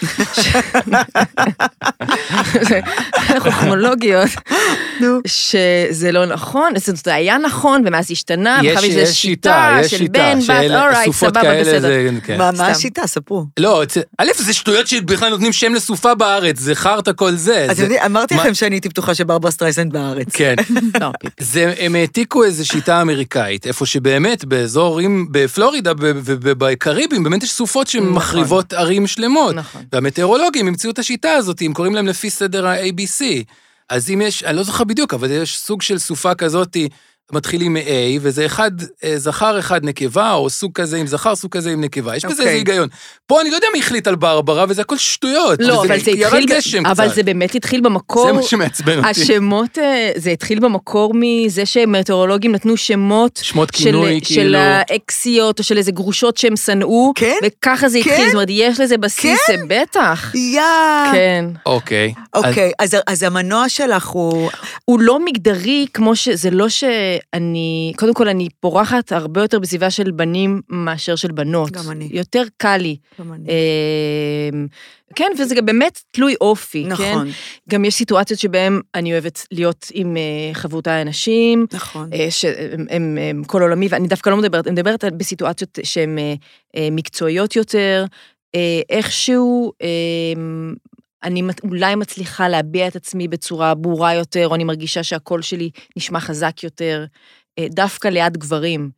חוכמולוגיות, שזה לא נכון, זה היה נכון, ומאז השתנה, יש שיטה של בן, בת, אורייט, סבבה, בסדר. מה השיטה? ספרו. לא, א', זה שטויות שבכלל נותנים שם לסופה בארץ, זה חרת כל זה. אז אמרתי לכם שאני הייתי פתוחה שברברה סטרייסנד בארץ. כן. הם העתיקו איזו שיטה אמריקאית, איפה שבאמת באזורים, בפלורידה ובקריבים, באמת יש סופות שמחריבות ערים שלמות. והמטאורולוגים המציאו את השיטה הזאת, הם קוראים להם לפי סדר ה-ABC. אז אם יש, אני לא זוכר בדיוק, אבל יש סוג של סופה כזאת, מתחילים מ-A, וזה אחד זכר, אחד נקבה, או סוג כזה עם זכר, סוג כזה עם נקבה. יש בזה איזה היגיון. פה אני לא יודע מי החליט על ברברה, וזה הכל שטויות. לא, אבל זה באמת התחיל במקור... זה מה שמעצבן אותי. השמות, זה התחיל במקור מזה שמטאורולוגים נתנו שמות... שמות כינוי, כאילו... של האקסיות, או של איזה גרושות שהם שנאו, וככה זה התחיל, זאת אומרת, יש לזה בסיס, בטח. כן. אוקיי. אוקיי, אז המנוע שלך הוא... הוא לא מגדרי, כמו שזה לא שאני, קודם כל אני פורחת הרבה יותר בסביבה של בנים מאשר של בנות. גם אני. יותר קל לי. גם אני. כן, וזה גם באמת תלוי אופי, נכון. כן? גם יש סיטואציות שבהן אני אוהבת להיות עם חברותיי אנשים, נכון. שהם כל עולמי, ואני דווקא לא מדברת, אני מדברת בסיטואציות שהן מקצועיות יותר, איכשהו, אני אולי מצליחה להביע את עצמי בצורה ברורה יותר, או אני מרגישה שהקול שלי נשמע חזק יותר, דווקא ליד גברים.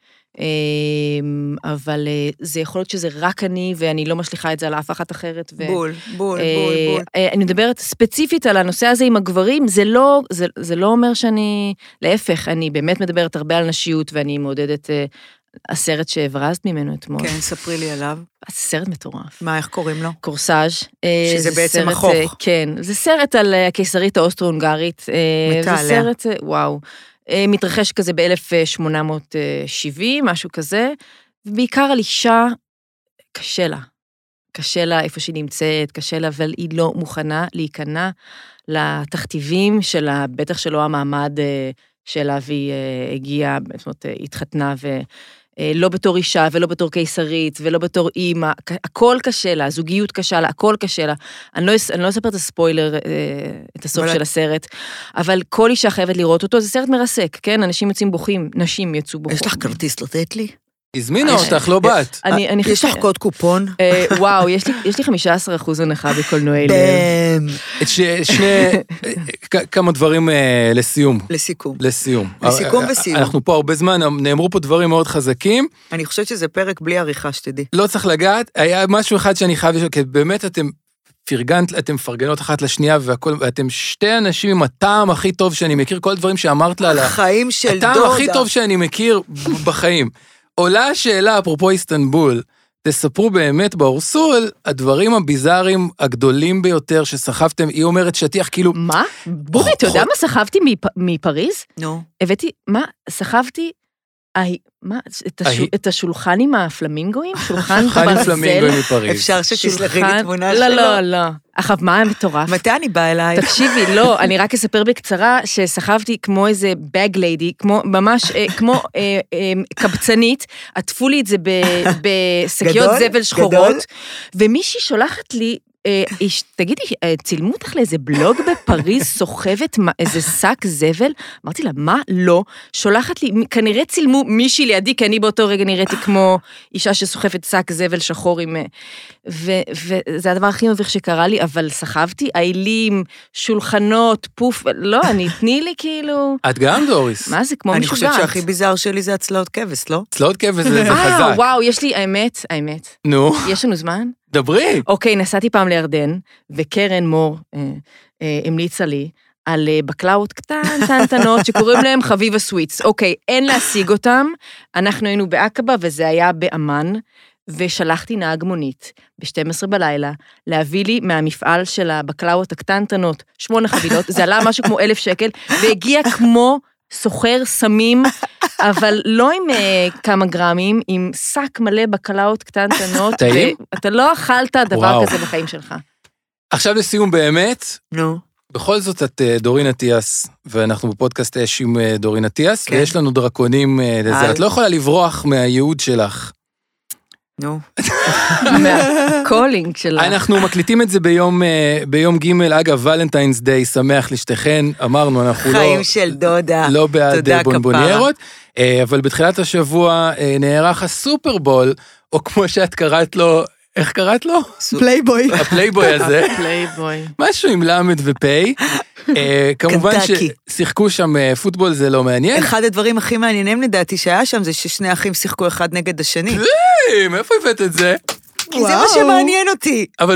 אבל זה יכול להיות שזה רק אני, ואני לא משליחה את זה על אף אחת אחרת. בול. אני מדברת ספציפית על הנושא הזה עם הגברים, זה לא אומר שאני, להפך, אני באמת מדברת הרבה על נשיות, ואני מעודדת הסרט שהברזת ממנו אתמול. כן, ספרי לי עליו. זה סרט מטורף. מה, איך קוראים לו? קורסאז'. שזה בעצם החוך. כן, זה סרט על הקיסרית האוסטרו-הונגרית. מתה עליה. זה סרט, וואו. מתרחש כזה ב-1870, משהו כזה, ובעיקר על אישה, קשה לה איפה שהיא נמצאת, קשה לה, אבל היא לא מוכנה להיכנע לתכתיבים שלה, בטח שלא המעמד שלה, והיא הגיעה, זאת אומרת, התחתנה, ולא בתור אישה, ולא בתור קיסרית, ולא בתור אימא, הכל קשה לה, זוגיות קשה לה, הכל קשה לה. אני לא אספר את הספוילר, את הסוף של הסרט, אבל כל אישה חייבת לראות אותו, זה סרט מרסק, כן? אנשים יוצאים בוכים, נשים יצאו בוכים. יש לך כרטיס לתת לי? הזמינה אותך, לא בת. יש לך קוד קופון? וואו, יש לי 15% הנחה בקולנועי לב. כמה דברים לסיום. לסיום וסיום. אנחנו פה הרבה זמן, נאמרו פה דברים מאוד חזקים. אני חושבת שזה פרק בלי עריכה, שתדעי. לא צריך לגעת, היה משהו אחד שאני חייב לשאול, כי באמת אתם מפרגנות אחת לשנייה, ואתם שתי אנשים עם הטעם הכי טוב שאני מכיר, כל הדברים שאמרת לה, החיים של דודה. הטעם הכי טוב שאני מכיר בחיים. עולה השאלה, אפרופו איסטנבול, תספרו באמת באורסול, הדברים הביזאריים הגדולים ביותר שסחבתם, היא אומרת שטיח כאילו... מה? בורי, אתה יודע מה סחבתי מפריז? נו. הבאתי, מה? סחבתי... את השולחן עם הפלמינגואים? שולחן ברזל? אפשר שתסלחי לי תמונה שלו? לא. עכשיו, מה המטורף? מתי אני באה אליי? תקשיבי, לא, אני רק אספר בקצרה שסחבתי כמו איזה בג ליידי, ממש כמו קבצנית, עטפו לי את זה בשקיות זבל שחורות, ומישהי שולחת לי תגידי, צילמו אותך לאיזה בלוג בפריז, סוחבת איזה שק זבל? אמרתי לה, מה? לא. שולחת לי, כנראה צילמו מישהי לידי, כי אני באותו רגע נראיתי כמו אישה שסוחבת שק זבל שחור עם... וזה הדבר הכי מביך שקרה לי, אבל סחבתי עילים, שולחנות, פוף, לא, תני לי כאילו... את גם, דוריס? מה זה, כמו משוגעת. אני חושבת שהכי ביזר שלי זה הצלעות כבש, לא? צלעות כבש זה חזק. וואו, יש לי, האמת. נו. יש לנו זמן? דברי. אוקיי, נסעתי פעם לירדן, וקרן מור המליצה לי על בקלאות קטנות שקוראים להם חביבה סוויטס. אוקיי, אין להשיג אותם, אנחנו היינו בעקבה וזה היה באמן, ושלחתי נהג מונית ב-12 בלילה, להביא לי מהמפעל של הבקלאות הקטנטנות 8 חבילות, זה עלה משהו כמו 1,000 שקל, והגיע כמו סוחר סמים, אבל לא עם כמה גרמים, עם שק מלא בקלאות קטנטנות, טעים? ואתה לא אכלת דבר כזה בחיים שלך. עכשיו לסיום באמת, נו. בכל זאת את דורין אטיאס, ואנחנו בפודקאסט אש עם דורין אטיאס, ויש לנו דרקונים לזה, את לא יכולה לברוח מהייעוד שלך. נו. מהקולינג שלך. אנחנו מקליטים את זה ביום ג' אגב, ולנטיינס דיי, שמח לשתיכן, אמרנו, אנחנו חיים של דודה. לא בעד בונבוניירות, אבל בתחילת השבוע נערך הסופרבול, או כמו שאת קראת לו, איך קראת לו? פלייבוי. הפלייבוי הזה. פלייבוי. משהו עם למד ופי. כמובן ששיחקו שם פוטבול, זה לא מעניין. אחד הדברים הכי מעניינים לדעתי שהיה שם, זה ששני אחים שיחקו אחד נגד השני. מאיפה הבאת את זה? כי זה מה שמעניין אותי. אבל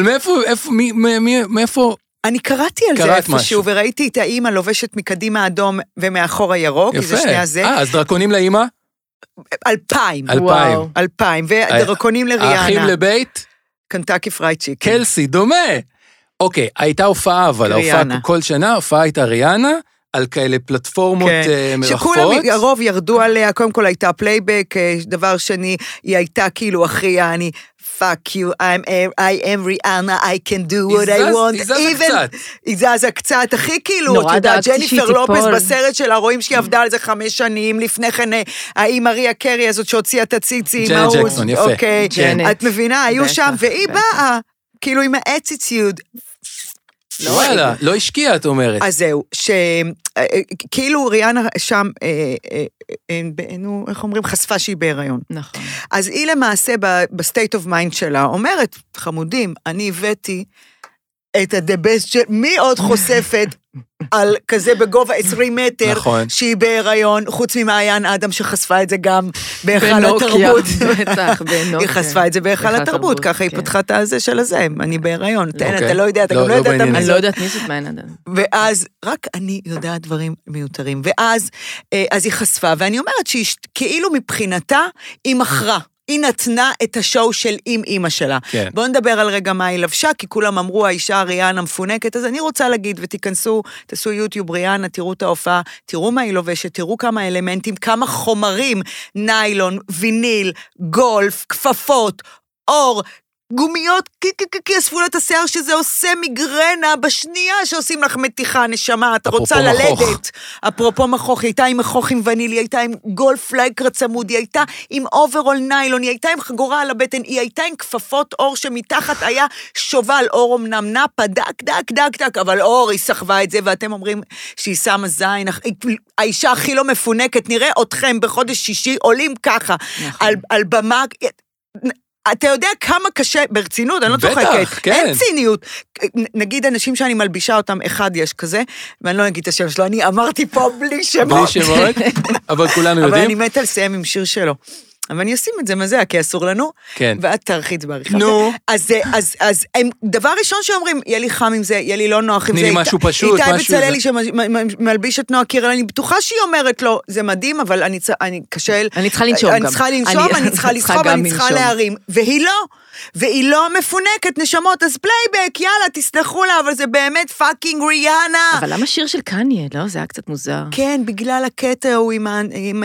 מאיפה... אני קראתי על זה איפשהו, וראיתי את האמא לובשת מקדימה אדום ומאחור הירוק, כי זה שנייה זה. אז דרקונים לאמא? 2,000. 2,000. ודרקונים לריאנה. האחים לבית? קנטקי פרייד צ'יקן. קלסי, דומה. אוקיי, הייתה הופעה, אבל ההופעה כל שנה, ההופעה הייתה ריאנה, על כאלה פלטפורמות מרחפות. שכולם, הרוב ירדו עליה, קודם כל הייתה פלייבק, דבר שני, היא הייתה כאילו הכי, fuck you, I am Rihanna, I can do what I want. היא זזה קצת. היא זזה קצת, הכי כאילו, אתה יודע, ג'ניפר לופס בסרט שלה, רואים שהיא עבדה על זה 5 שנים, לפני כן, האם מריה קרי הזאת שהוציאה את הציצי, ג'נט ג'קסון, יפה. אוקיי, את מבינה, היו שם, והיא באה, כאילו עם האטיטיוד. וואלה, לא השקיע, את אומרת. אז זהו, שכאילו ריאנה שם, איך אומרים, חשפה שהיא בהיריון. נכון. אז היא למעשה בסטייט אוף מיינד שלה, אומרת, חמודים, אני הבאתי את ה-the best, מי עוד חושפת על כזה בגובה 20 מטר, נכון. שהיא בהיריון, חוץ ממעיין אדם שחשפה את זה גם בהיכל התרבות. בטח, בנוקיה. היא חשפה את זה בהיכל התרבות, ככה היא פתחה את הזה של הזה, אני בהיריון, תן, אתה לא יודע, אתה גם לא יודע את המזון. אני לא יודעת מי זאת מעיין אדם. ואז, רק אני יודעת דברים מיותרים, ואז היא חשפה, ואני אומרת שהיא כאילו מבחינתה, היא מכרה. היא נתנה את השואו של אמא שלה. כן. בואו נדבר על רגע מה היא לבשה, כי כולם אמרו, האישה ריאנה מפונקת, אז אני רוצה להגיד, ותיכנסו, תעשו יוטיוב ריאנה, תראו את ההופעה, תראו מה היא לובשת, תראו כמה אלמנטים, כמה חומרים, ניילון, ויניל, גולף, כפפות, אור, גומיות, כי אספו לה את השיער שזה עושה מגרנה בשנייה שעושים לך מתיחה, נשמה, אתה רוצה ללדת. אפרופו מחוך, היא הייתה עם מחוך עם וניל, היא הייתה עם גולף לייקרה צמוד, היא הייתה עם אוברול ניילון, היא הייתה עם חגורה על הבטן, היא הייתה עם כפפות אור שמתחת היה שובל, אור אמנם נפה, דק, אבל אור היא סחבה את זה, ואתם אומרים שהיא שמה זין, האישה הכי לא מפונקת, נראה אתכם בחודש שישי, עולים ככה, על במה, אתה יודע כמה קשה, ברצינות, אני לא צוחקת, כן. אין ציניות. נגיד אנשים שאני מלבישה אותם, אחד יש כזה, ואני לא אגיד את השם שלו, אני אמרתי פה בלי שמות. בלי שמות, אבל כולנו יודעים. אבל אני מתה לסיים עם שיר שלו. אבל אני אשים את זה מזה, כי אסור לנו, כן. ואת תרחיץ בעריכה. נו. אז דבר ראשון שאומרים, יהיה לי חם עם זה, יהיה לי לא נוח עם זה. תני לי משהו פשוט, איתי משהו בצללי שמלביש את נועה קירל, אני בטוחה שהיא אומרת לו, זה מדהים, אבל אני קשל. אני צריכה לנשום גם. אני צריכה לנשום, אני צריכה לסחוב, אני צריכה להרים. והיא לא מפונקת נשמות, אז פלייבק, יאללה, תסלחו לה, אבל זה באמת פאקינג ריאנה. אבל למה שיר של קניה, לא? זה היה קצת מוזר. כן, בגלל הקטע הוא עם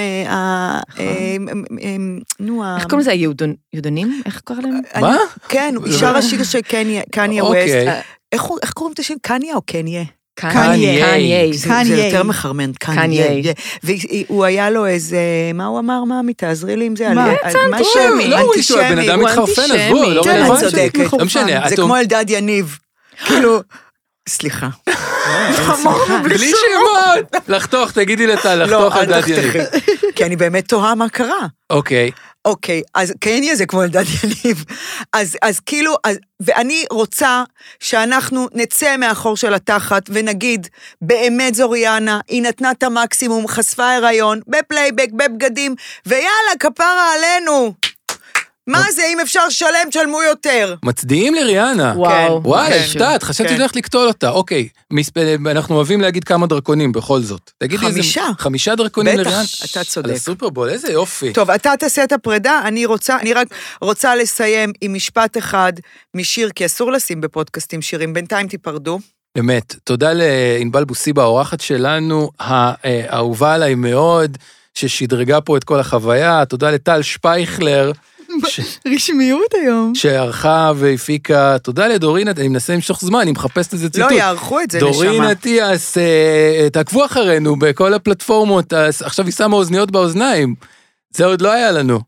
איך קוראים לזה, היהודונים? איך קוראים להם? מה? כן, הוא שר השיר של קניה ווסט. איך קוראים את השיר? קניה או קניה? קניה. זה יותר מחרמן, קניה. והוא היה לו איזה, מה הוא אמר, מאמי, תעזרי לי עם זה, מה? אנטישמי. לא, הוא בן אדם מתחרפן, אז בוא, לא רלוונטי. את צודקת. לא משנה. זה כמו אלדד יניב. כאילו, סליחה. בלי שמות. לחתוך, תגידי לטל, לחתוך אלדד יניב. כי אני באמת תוהה מה קרה. אוקיי, אז קניה זה כמו אלדד יניב. אז כאילו, ואני רוצה שאנחנו נצא מהחור של התחת ונגיד, באמת זו ריאנה, היא נתנה את המקסימום, חשפה הריון, בפלייבק, בבגדים, ויאללה, כפרה עלינו. מה זה, אם אפשר שלם, תשלמו יותר. מצדיעים לריאנה. וואו. וואי, השתת, חשבתי לך לקטול אותה. אוקיי, אנחנו אוהבים להגיד כמה דרקונים בכל זאת. 5 דרקונים לריאנה. בטח, אתה צודק. על הסופרבול, איזה יופי. טוב, אתה תעשה את הפרידה, אני רק רוצה לסיים עם משפט אחד משיר, כי אסור לשים בפודקאסטים שירים, בינתיים תיפרדו. באמת, תודה לענבל בוסיבה, האורחת שלנו, האהובה עליי מאוד, ששדרגה פה את כל החוויה, תודה לטל שפייכלר, רשמיות היום. שערכה והפיקה, תודה לדורין, אני מנסה למשוך זמן, אני מחפשת איזה ציטוט. לא, יערכו את זה נשמה. דורין אטיאס, תעקבו אחרינו בכל הפלטפורמות, עכשיו היא שמה אוזניות באוזניים, זה עוד לא היה לנו.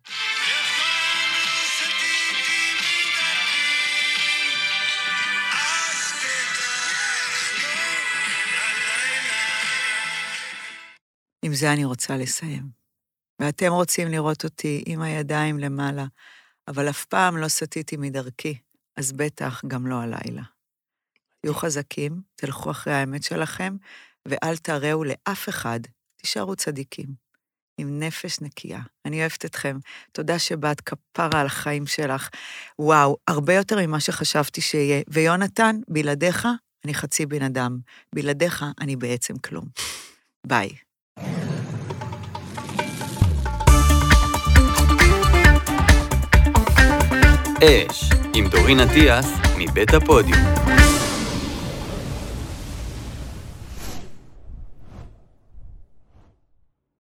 עם זה אני רוצה לסיים. ואתם רוצים לראות אותי עם הידיים למעלה, אבל אף פעם לא סטיתי מדרכי, אז בטח גם לא הלילה. תהיו חזקים, תלכו אחרי האמת שלכם, ואל תראו לאף אחד, תישארו צדיקים, עם נפש נקייה. אני אוהבת אתכם, תודה שבאת, כפרה על החיים שלך. וואו, הרבה יותר ממה שחשבתי שיהיה. ויונתן, בלעדיך אני חצי בן אדם, בלעדיך אני בעצם כלום. ביי. אש, עם דורין אטיאס מבית הפודיום.